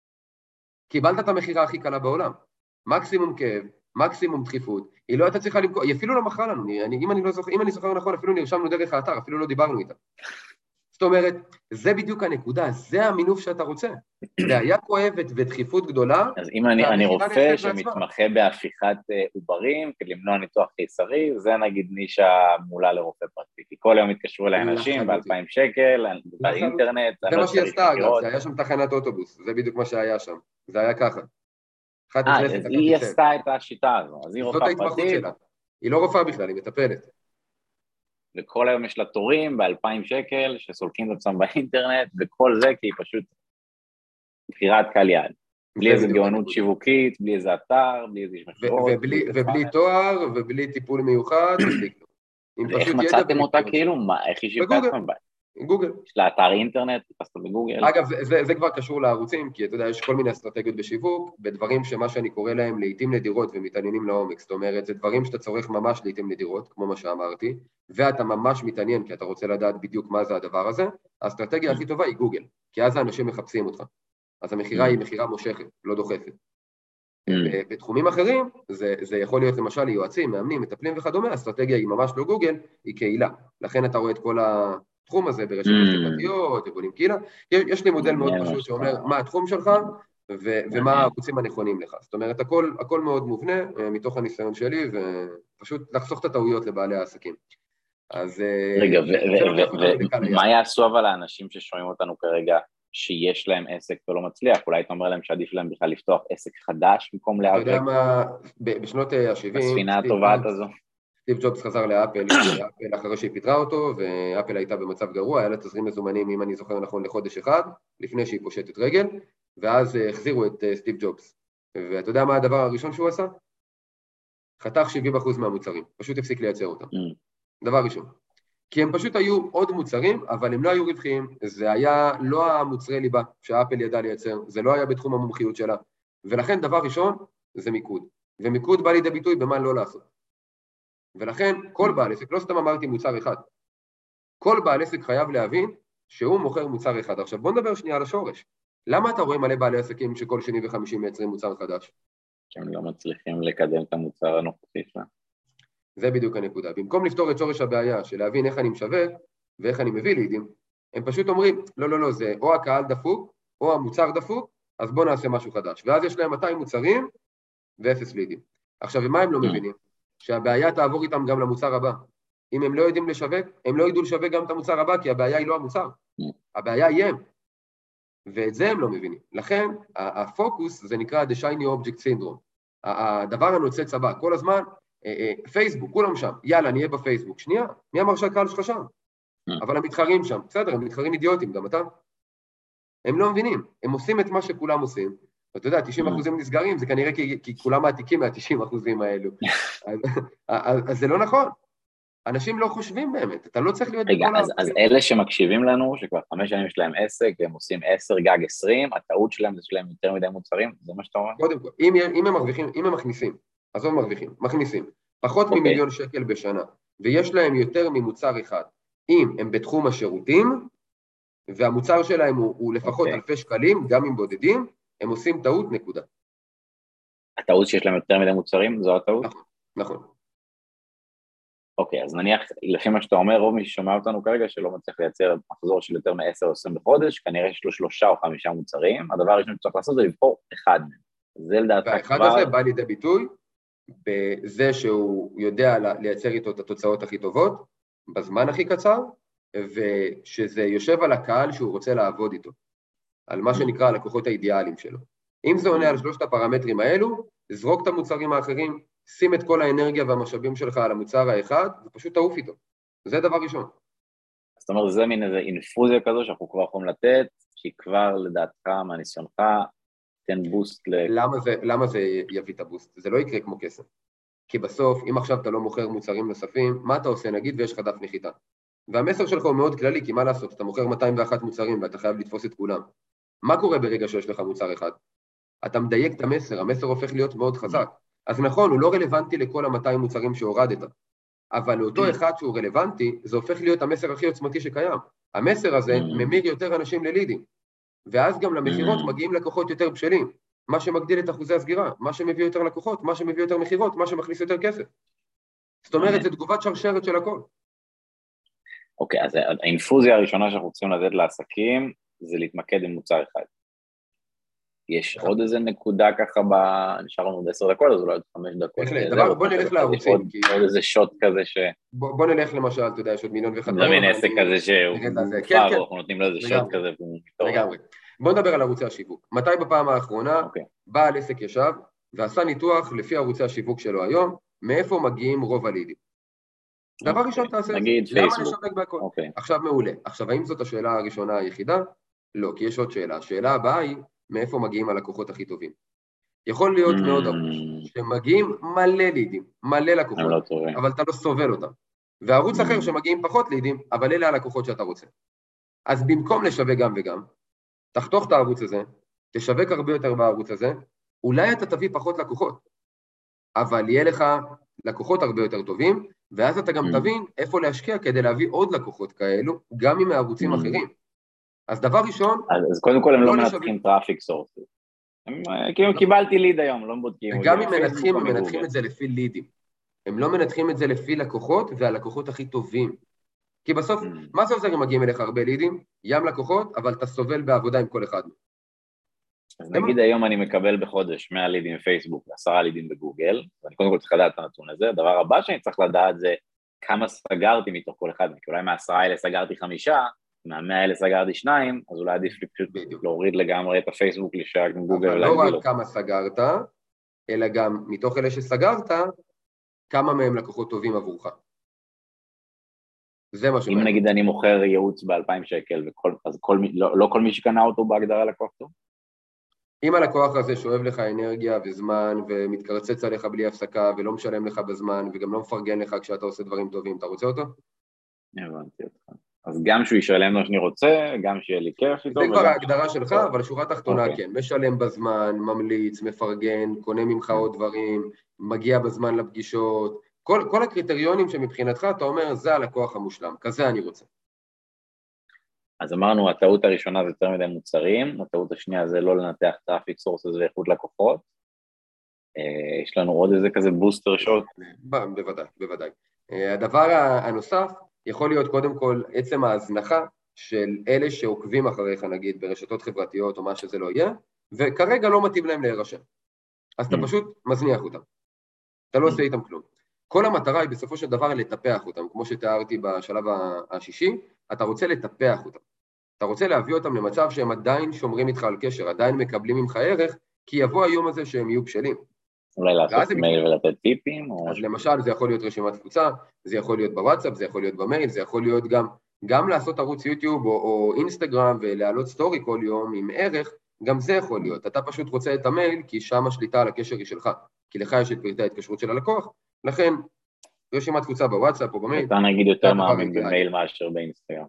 קיבלת את המחירה הכי קלה בעולם. מקסימום כאב, מקסימום דחיפות, היא לא הייתה צריכה למכור, היא אפילו לא מכרה לנו, אני, אם אני לא זוכר, אם אני זוכר נכון, אפילו נרשמנו דרך האתר, אפילו לא דיברנו איתה. זאת אומרת, זה בדיוק הנקודה, זה המינוף שאתה רוצה. בעיה כואבת ודחיפות גדולה. אז אם אני, אני רופא שמתמחה בהפיכת עוברים, כדי למנוע ניתוח קיסרי, זה נגיד נישה מולה לרופא פרטי. כי כל יום התקשרו לאנשים ב-אלפיים שקל, באינטרנט. זה מה שהיא עשתה אגב, זה היה שם תחנת אוטובוס, זה בדיוק מה שהיה שם, זה היה ככה. אה, אז היא עשתה את השיטה הזו, אז היא רופאה פרטית. היא לא רופאה בכלל, היא מטפלת. וכל היום יש לה תורים ב-אלפיים שקל שסולקים את עצמם באינטרנט, וכל זה כי היא פשוט בחירת קהל יעד. בלי איזו גאונות שיווקית, בלי איזה אתר, בלי איזה מכירות. ובלי תואר, ובלי טיפול מיוחד. איך מצאתם אותה כאילו? איך היא שיווקה עצמם? גוגל. יש לה אתר אינטרנט, תעשו בגוגל. אגב, זה, זה כבר קשור לערוצים, כי אתה יודע, יש כל מיני אסטרטגיות בשיווק, בדברים שמה שאני קורא להם לעתים נדירות ומתעניינים לעומק, זאת אומרת, זה דברים שאתה צורך ממש לעתים נדירות, כמו מה שאמרתי, ואתה ממש מתעניין, כי אתה רוצה לדעת בדיוק מה זה הדבר הזה, האסטרטגיה הכי טובה היא גוגל, כי אז האנשים מחפשים אותך. אז המחירה היא מחירה מושכת, לא דוחפת. בתחומים אחרים, זה, זה יכול להיות למשל יועצים, מאמנים, מטפלים וכדומה, אסטרטגיה היא ממש לא גוגל, היא קהילה. לכן אתה רואה את כל התחום הזה ברשתות חברתיות, ובונים קהילה. יש, יש לי מודל מאוד פשוט שאומר מה התחום שלך, ו, ומה הערוצים הנכונים לך. זאת אומרת, הכל, הכל מאוד מובנה מתוך הניסיון שלי, ופשוט לחסוך את הטעויות לבעלי העסקים. אז רגע, ומה יעשו אבל האנשים ששומעים אותנו כרגע, שיש להם עסק ולא מצליח? אולי אתה אומר להם שעדיף להם בכלל לפתוח עסק חדש במקום להיאבק? אתה יודע מה, בשנות ה-שבעים, בספינה הטובעת הזו. סטיב ג'ובס חזר לאפל, לאפל אחרי שהיא פיטרה אותו, ואפל הייתה במצב גרוע, היה לה תזרים מזומנים, אם אני זוכר נכון, לחודש אחד, לפני שהיא פושטת רגל, ואז החזירו את סטיב ג'ובס. ואתה יודע מה הדבר הראשון שהוא עשה? חתך שבעים אחוז מהמוצרים, פשוט הפסיק לייצר אותם. דבר ראשון. כי הם פשוט היו עוד מוצרים, אבל הם לא היו רווחיים, זה היה לא המוצרי ליבה שהאפל ידע לייצר, זה לא היה בתחום המומחיות שלה, ולכן דבר ראשון זה מיקוד, ומיקוד בא לידי ביטוי במה לא לעשות. ולכן כל בעל עסק, לא סתם אמרתי מוצר אחד, כל בעל עסק חייב להבין שהוא מוכר מוצר אחד. עכשיו בוא נדבר שנייה על השורש. למה אתה רואה מלא בעלי עסקים שכל שני וחמישי מייצרים מוצר חדש? כי הם לא מצליחים לקדם את המוצר הנוכחי שלה. זה בדיוק הנקודה. במקום לפתור את שורש הבעיה של להבין איך אני משווק ואיך אני מביא לידים, הם פשוט אומרים, לא, לא, לא, זה או הקהל דפוק או המוצר דפוק, אז בוא נעשה משהו חדש. ואז יש להם מאתיים מוצרים ואפס לידים. עכשיו, ומה הם לא מבינים? שהבעיה תעבור איתם גם למוצר הבא. אם הם לא יודעים לשווק, הם לא ידעו לשווק גם את המוצר הבא, כי הבעיה היא לא המוצר. הבעיה היא הם. ואת זה הם לא מבינים. לכן, הפוקוס זה נקרא The Shiny Object Syndrome. הדבר הנוצץ הבא, כל הזמן, פייסבוק, כולם שם, יאללה, נהיה בפייסבוק. שנייה, מי אמר שהקהל שלך שם? אבל הם מתחרים שם, בסדר, הם מתחרים אידיוטים, גם אתה. הם לא מבינים, הם עושים את מה שכולם עושים, ואתה יודע, תשעים אחוזים נסגרים, זה כנראה כי, כי כולם מעתיקים מה-תשעים אחוזים האלו. אז, אז, אז זה לא נכון. אנשים לא חושבים באמת, אתה לא צריך להיות... רגע, אז, אז אלה שמקשיבים לנו, שכבר חמש שנים יש להם עסק, והם עושים עשר גג עשרים, הטעות שלהם זה שלהם יותר מדי מוצרים, זה מה שאתה אומר? קודם כל, אם, אם הם מרוויחים, אם הם מכניסים, אז הם מרוויחים, מכניסים, פחות okay. ממיליון שקל בשנה, ויש להם יותר ממוצר אחד, אם הם בתחום השירותים, והמוצר שלהם הוא, הוא לפחות okay. אלפי שקלים, גם אם בודדים, הם עושים טעות נקודה. הטעות שיש להם יותר מדי מוצרים, זו הטעות? נכון, נכון. אוקיי, אז נניח, לפי מה שאתה אומר, רוב מי ששומע אותנו כרגע, שלא מצליח לייצר מחזור של יותר מ-עשר או עשרים בחודש, כנראה יש לו שלושה או חמישה מוצרים, הדבר הראשון שצריך לעשות זה לבחור אחד מהם. זה לדעתך כבר... והאחד הזה בא לידי ביטוי, בזה שהוא יודע לייצר איתו את התוצאות הכי טובות, בזמן הכי קצר, ושזה יושב על הקהל שהוא רוצה לעבוד איתו, על מה שנקרא הלקוחות האידיאליים שלו. אם זה עונה על שלושת הפרמטרים האלו, זרוק את המוצרים האחרים, שים את כל האנרגיה והמשאבים שלך על המוצר האחד, ופשוט תעוף איתו. זה דבר ראשון. זאת אומרת, זה מין איזו אינפוזיה כזו שאנחנו כבר יכולים לתת, שהיא כבר לדעתך, מהניסיונך, תן בוסט ל... למה זה, למה זה יביא את הבוסט? זה לא יקרה כמו כסף. כי בסוף, אם עכשיו אתה לא מוכר מוצרים נוספים, מה אתה עושה? נגיד ויש לך דף נחיתה. והמסר שלך הוא מאוד כללי, כי מה לעשות? אתה מוכר מאתיים ואחת מוצרים ואתה חייב לתפוס את כולם. מה קורה ברגע שיש לך מוצר אחד? אתה מדייק את המסר, המסר הופך להיות מאוד חזק. אז נכון, הוא לא רלוונטי לכל ה-מאתיים מוצרים שהורדת, אבל לאותו אחד שהוא רלוונטי, זה הופך להיות המסר הכי עוצמתי שקיים. המסר הזה ממיר יותר אנשים ללידים, ואז גם למחירות מגיעים לקוחות יותר בשלים, מה שמגדיל את אחוזי הסגירה, מה שמביא יותר לקוחות, מה שמביא יותר מחירות, מה שמכניס יותר כסף. זאת אומרת, זה תגובת שרשרת של הכל. אוקיי, אז האינפוזיה הראשונה שאנחנו צריכים לתת לעסקים, זה להתמקד עם מוצר אחד. יש עוד איזה נקודה ככה, נשאר לנו עוד עשר דקות, אז אולי עוד חמש דקות. בוא נלך לערוצים. עוד איזה שוט כזה ש... בוא נלך למשל, אתה יודע, יש עוד מיליון ואחד. זה מין עסק כזה שהוא מופר, אנחנו נותנים לו איזה שוט כזה. לגמרי. בוא נדבר על ערוצי השיווק. מתי בפעם האחרונה בעל עסק ישב ועשה ניתוח לפי ערוצי השיווק שלו היום, מאיפה מגיעים רוב הלידים? דבר ראשון תעשה את זה. למה נשווק בהכל? עכשיו מעולה. עכשיו, האם זאת השאלה הראשונה היחידה? לא, כי יש עוד שאלה. השאלה הבאה היא, מאיפה מגיעים הלקוחות הכי טובים. יכול להיות מאוד ארוש, שמגיעים מלא לידים, מלא לקוחות, אבל אתה לא סובל אותם. וערוץ אחר שמגיעים פחות לידים, אבל אלה הלקוחות שאתה רוצה. אז במקום לשווק גם וגם, תחתוך את הערוץ הזה, תשווק הרבה יותר בערוץ הזה, אולי אתה תביא פחות לקוחות, אבל יהיה לך לקוחות הרבה יותר טובים, ואז אתה גם תבין איפה להשקיע כדי להביא עוד לקוחות כאלו, גם עם הערוצים אחרים. אז דבר ראשון... אז קודם כל הם לא מנתחים טראפיק סורס. כאילו קיבלתי ליד היום, לא בודקים. וגם אם מנתחים, הם מנתחים את זה לפי לידים. הם לא מנתחים את זה לפי לקוחות, והלקוחות הכי טובים. כי בסוף, מה זה עוזר אם מגיעים אליך הרבה לידים? ים לקוחות, אבל אתה סובל בעבודה עם כל אחד. אז נגיד היום אני מקבל בחודש מאה לידים בפייסבוק, עשרה לידים בגוגל, ואני קודם כל צריך לדעת את הנתון הזה. הדבר הבא שאני צריך לדעת זה כמה סגרתי מתוך כל אחד, כי אולי מהעשרה האלה סגרתי חמישה, מהמאה האלה סגרתי שניים, אז אולי עדיף לי פשוט להוריד לגמרי את הפייסבוק, להישאר עם גוגל ולהגביל אותו. אבל לא רק כמה סגרת, אלא גם מתוך אלה שסגרת, כמה מהם לקוחות טובים עבורך. זה מה שמעניין. אם נגיד אני מוכר ייעוץ ב-אלפיים שקל, וכל, אז כל, לא, לא כל מי שקנה אותו בהגדרה לקוח טוב? אם הלקוח הזה שואב לך אנרגיה וזמן, ומתקרצץ עליך בלי הפסקה, ולא משלם לך בזמן, וגם לא מפרגן לך כשאתה עושה דברים טובים, אתה רוצה אותו? הבנתי אותך. אז גם שהוא ישלם מה שאני רוצה, גם שיהיה לי כיף איתו. זה כבר ההגדרה שלך, אבל שורה תחתונה כן. משלם בזמן, ממליץ, מפרגן, קונה ממך עוד דברים, מגיע בזמן לפגישות, כל, כל הקריטריונים שמבחינתך אתה אומר, זה הלקוח המושלם, כזה אני רוצה. אז אמרנו, הטעות הראשונה זה יותר מדי מוצרים, הטעות השנייה זה לא לנתח טראפיק סורסס ואיכות לקוחות. יש לנו עוד איזה כזה בוסטר שוט? בוודאי, בוודאי. הדבר הנוסף יכול להיות קודם כל עצם ההזנחה של אלה שעוקבים אחריך, נגיד, ברשתות חברתיות או מה שזה לא יהיה, וכרגע לא מתאים להם להירשם. אז אתה פשוט מזניח אותם. אתה לא עושה איתם כלום. כל המטרה היא בסופו של דבר לטפח אותם, כמו שתיארתי בשלב השישי, אתה רוצה לטפח אותם. אתה רוצה להביא אותם למצב שהם עדיין שומרים איתך על קשר, עדיין מקבלים ממך ערך, כי יבוא היום הזה שהם יהיו בשלים. אולי לעשות מייל ולתת טיפים? אז למשל, זה יכול להיות רשימת קבוצה, זה יכול להיות בוואטסאפ, זה יכול להיות במייל, זה יכול להיות גם, גם לעשות ערוץ יוטיוב או, או אינסטגרם ולהעלות סטורי כל יום עם ערך, גם זה יכול להיות. אתה פשוט רוצה את המייל, כי שם השליטה על הקשר היא שלך, כי לך יש את פרטי ההתקשרות של הלקוח, לכן רשימת קבוצה בוואטסאפ או במייל. אתה נגיד יותר מאמין במייל מאשר באינסטגרם.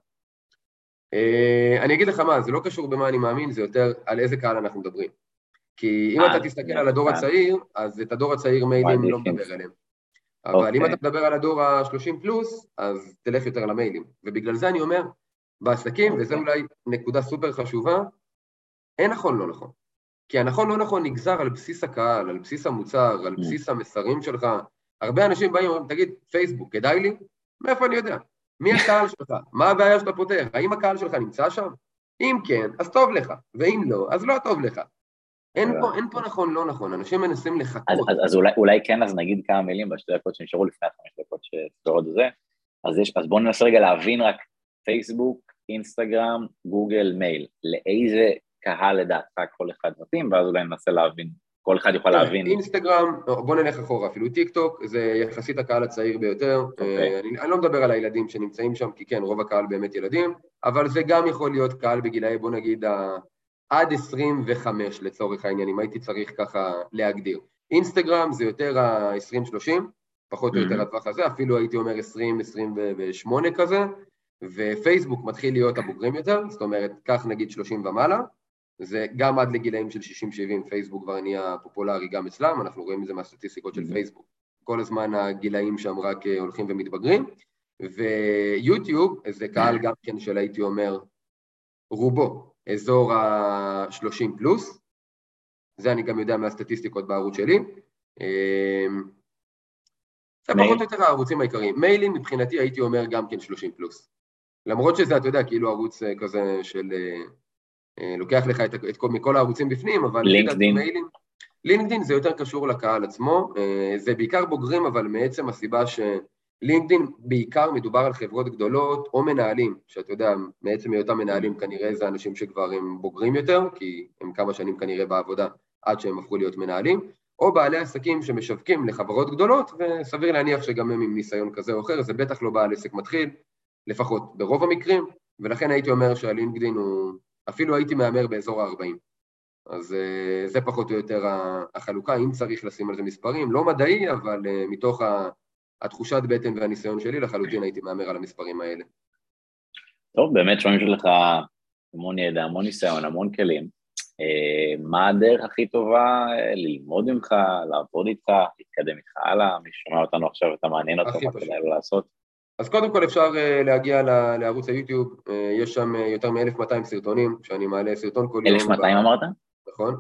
אני אגיד לך מה, זה לא קשור במה אני מאמין, זה יותר על איזה קהל אנחנו מדברים. כי אם אתה תסתכל על הדור הצעיר, אז את הדור הצעיר מיילים לא מדבר עליהם. אבל אם אתה מדבר על הדור ה-שלושים פלוס, אז תלך יותר למיילים. ובגלל זה אני אומר, בעסקים, וזה אולי נקודה סופר חשובה, אין נכון לא נכון. כי הנכון לא נכון נגזר על בסיס הקהל, על בסיס המוצר, על בסיס המסרים שלך. הרבה אנשים באים ואומרים, תגיד, פייסבוק, כדאי לי? מאיפה אני יודע? מי הקהל שלך? מה הבעיה שאתה פותר? האם הקהל שלך נמצא שם? אם כן, אז טוב לך, ואם לא, אז לא טוב לך. אין פה, אין פה נכון, לא נכון, אנשים מנסים לחכות. אז, אז, אז אולי, אולי כן, אז נגיד כמה מילים בשתי דקות שנשארו לפני חמש דקות שסתורות זה, אז, יש, אז בואו ננסה רגע להבין רק פייסבוק, אינסטגרם, גוגל, מייל, לאיזה קהל לדעתך כל אחד מתאים, ואז אולי ננסה להבין, כל אחד יכול להבין. אינסטגרם, בואו נלך אחורה, אפילו טיק טוק, זה יחסית הקהל הצעיר ביותר, okay. אני, אני לא מדבר על הילדים שנמצאים שם, כי כן, רוב הקהל באמת ילדים, אבל זה גם יכול להיות קהל בגילאי, בוא נגיד, עד עשרים וחמש לצורך העניין, אם הייתי צריך ככה להגדיר. אינסטגרם זה יותר ה-עשרים שלושים, פחות או יותר הטווח הזה, אפילו הייתי אומר עשרים עשרים ושמונה כזה, ופייסבוק מתחיל להיות הבוגרים יותר, זאת אומרת, כך נגיד שלושים ומעלה, זה גם עד לגילאים של שישים שבעים, פייסבוק כבר נהיה פופולרי גם אצלם, אנחנו רואים את זה מהסטטיסטיקות של פייסבוק. כל הזמן הגילאים שם רק הולכים ומתבגרים, ויוטיוב, זה קהל גם כן של הייתי אומר, רובו, אזור ה-שלושים פלוס, זה אני גם יודע מהסטטיסטיקות בערוץ שלי, זה פחות או יותר הערוצים העיקריים, מיילים מבחינתי הייתי אומר גם כן שלושים פלוס, למרות שזה אתה יודע כאילו ערוץ כזה של, לוקח לך את, את כל, מכל הערוצים בפנים, אבל לינקדין, מיילים, לינקדין זה יותר קשור לקהל עצמו, זה בעיקר בוגרים אבל מעצם הסיבה ש... לינקדין בעיקר מדובר על חברות גדולות או מנהלים, שאתה יודע, מעצם היותם מנהלים כנראה זה אנשים שכבר הם בוגרים יותר, כי הם כמה שנים כנראה בעבודה עד שהם הפכו להיות מנהלים, או בעלי עסקים שמשווקים לחברות גדולות, וסביר להניח שגם הם עם ניסיון כזה או אחר, זה בטח לא בעל עסק מתחיל, לפחות ברוב המקרים, ולכן הייתי אומר שהלינקדין הוא, אפילו הייתי מאמר באזור ה-ארבעים. אז זה פחות או יותר החלוקה, אם צריך לשים על זה מספרים, לא מדעי, אבל מתוך ה... התחושת בטן והניסיון שלי, לחלוטין הייתי מאמר על המספרים האלה. טוב, באמת שומעים שלך המון ידע, המון ניסיון, המון כלים. מה הדרך הכי טובה ללמוד ממך, לעבוד איתך, להתקדם איתך הלאה? מי שומע אותנו עכשיו, אתה מעניין אותו, מה כדאי לו לעשות? אז קודם כל אפשר להגיע לערוץ היוטיוב, יש שם יותר מ-אלף ומאתיים סרטונים, שאני מעלה סרטון כל יום. אלף ומאתיים אמרת? נכון.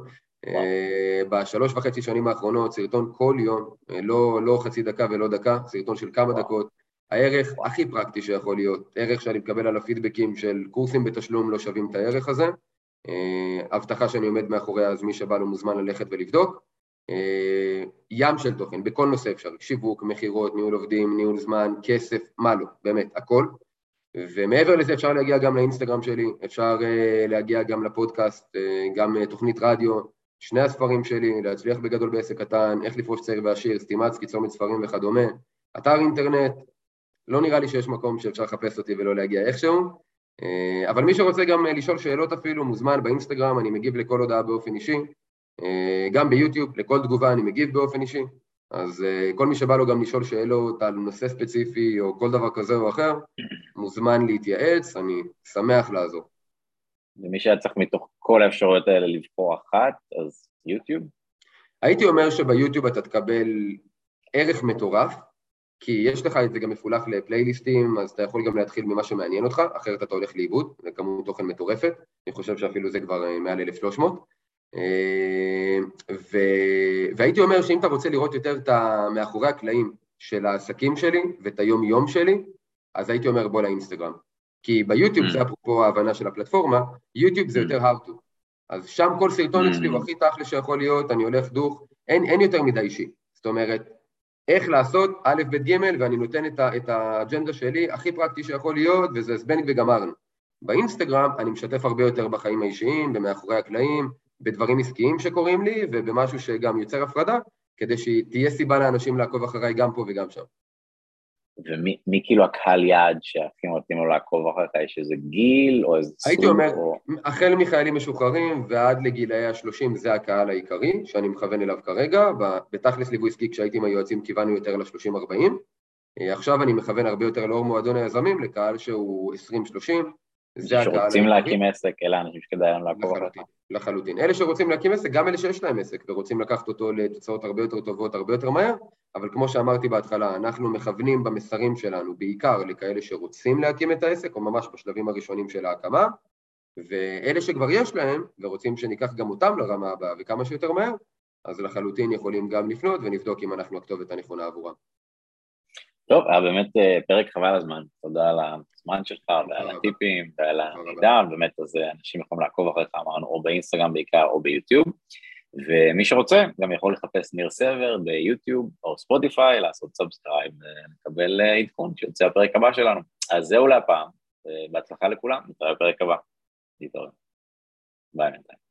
בשלוש וחצי שנים האחרונות, סרטון כל יום, לא, לא חצי דקה ולא דקה, סרטון של כמה דקות, הערך הכי פרקטי שיכול להיות, ערך שאני מקבל על הפידבקים של קורסים בתשלום לא שווים את הערך הזה, הבטחה שאני עומד מאחוריה, אז מי שבא לו מוזמן ללכת ולבדוק, ים של תוכן, בכל נושא אפשר, שיווק, מחירות, ניהול עובדים, ניהול זמן, כסף, מה לא, באמת, הכל. ומעבר לזה אפשר להגיע גם לאינסטגרם שלי, אפשר להגיע גם לפודקאסט, גם תוכנית רדיו, שני הספרים שלי, להצליח בגדול בעסק קטן, איך לפרוש צעיר ועשיר, סטימצקי, צומת ספרים וכדומה, אתר אינטרנט, לא נראה לי שיש מקום שאפשר לחפש אותי ולא להגיע איכשהו, אבל מי שרוצה גם לשאול שאלות אפילו, מוזמן באינסטגרם, אני מגיב לכל הודעה באופן אישי, גם ביוטיוב, לכל תגובה אני מגיב באופן אישי, אז כל מי שבא לו גם לשאול שאלות על נושא ספציפי או כל דבר כזה או אחר, מוזמן להתייעץ, אני שמח לעזור. ומי שהיה צריך מתוך כל האפשרויות האלה לבחור אחת, אז יוטיוב? הייתי אומר שביוטיוב אתה תקבל ערך מטורף, כי יש לך את זה גם מפולח לפלייליסטים, אז אתה יכול גם להתחיל ממה שמעניין אותך, אחרת אתה הולך לאיבוד, זה כמות תוכן מטורפת, אני חושב שאפילו זה כבר מעל אלף ושלוש מאות, ו... והייתי אומר שאם אתה רוצה לראות יותר את מאחורי הקלעים של העסקים שלי ואת היום יום שלי, אז הייתי אומר בוא לאינסטגרם, כי ביוטיוב זה אפרופו ההבנה של הפלטפורמה, יוטיוב זה יותר how to, אז שם כל סרטון אצלי הוא הכי תכלי שיכול להיות, אני הולך דוך, אין, אין יותר מדי אישי, זאת אומרת, איך לעשות א' ב' ג' ואני נותן את, ה, את האג'נדה שלי הכי פרקטי שיכול להיות, וזה זבנית וגמרנו. באינסטגרם אני משתף הרבה יותר בחיים האישיים, במאחורי הקלעים, בדברים עסקיים שקורים לי, ובמשהו שגם יוצר הפרדה, כדי שתהיה סיבה לאנשים לעקוב אחריי גם פה וגם שם. ומי מי כאילו הקהל יעד שהכי מתאים לו לעקוב אחריך, יש איזה גיל או איזה סוג? הייתי אומר, או... החל מחיילים משוחררים ועד לגילאי ה-שלושים זה הקהל העיקרי, שאני מכוון אליו כרגע, בתכלס ליווי עסקי כשהייתי עם היועצים כיוונו יותר ל-שלושים ארבעים, עכשיו אני מכוון הרבה יותר לאור מועדון היזמים, לקהל שהוא עשרים שלושים, זה הקהל העיקרי. שרוצים להקים עסק, אלה אנשים שכדאי להם לעקוב אחריך. לחלוטין. אלה שרוצים להקים עסק, גם אלה שיש להם עסק, ורוצים לקחת אותו לתוצאות הרבה יותר טובות, הרבה יותר מהר, אבל כמו שאמרתי בהתחלה, אנחנו מכוונים במסרים שלנו, בעיקר לכאלה שרוצים להקים את העסק, או ממש בשלבים הראשונים של ההקמה, ואלה שכבר יש להם, ורוצים שניקח גם אותם לרמה הבאה, וכמה שיותר מהר, אז לחלוטין יכולים גם לפנות, ונבדוק אם אנחנו הכתובת הנכונה עבורם. טוב, היה באמת פרק חבל הזמן, תודה על הזמן שלך ועל הטיפים ועל המידע, באמת אז אנשים יכולים לעקוב אחריך, אמרנו, או באינסטגרם בעיקר או ביוטיוב, ומי שרוצה גם יכול לחפש ניר סבר ביוטיוב או ספוטיפיי, לעשות סאבסקרייב ולקבל עדכון שיוצא הפרק הבא שלנו. אז זהו להפעם, בהצלחה לכולם, נתראה בפרק הבא. להתראה. ביי.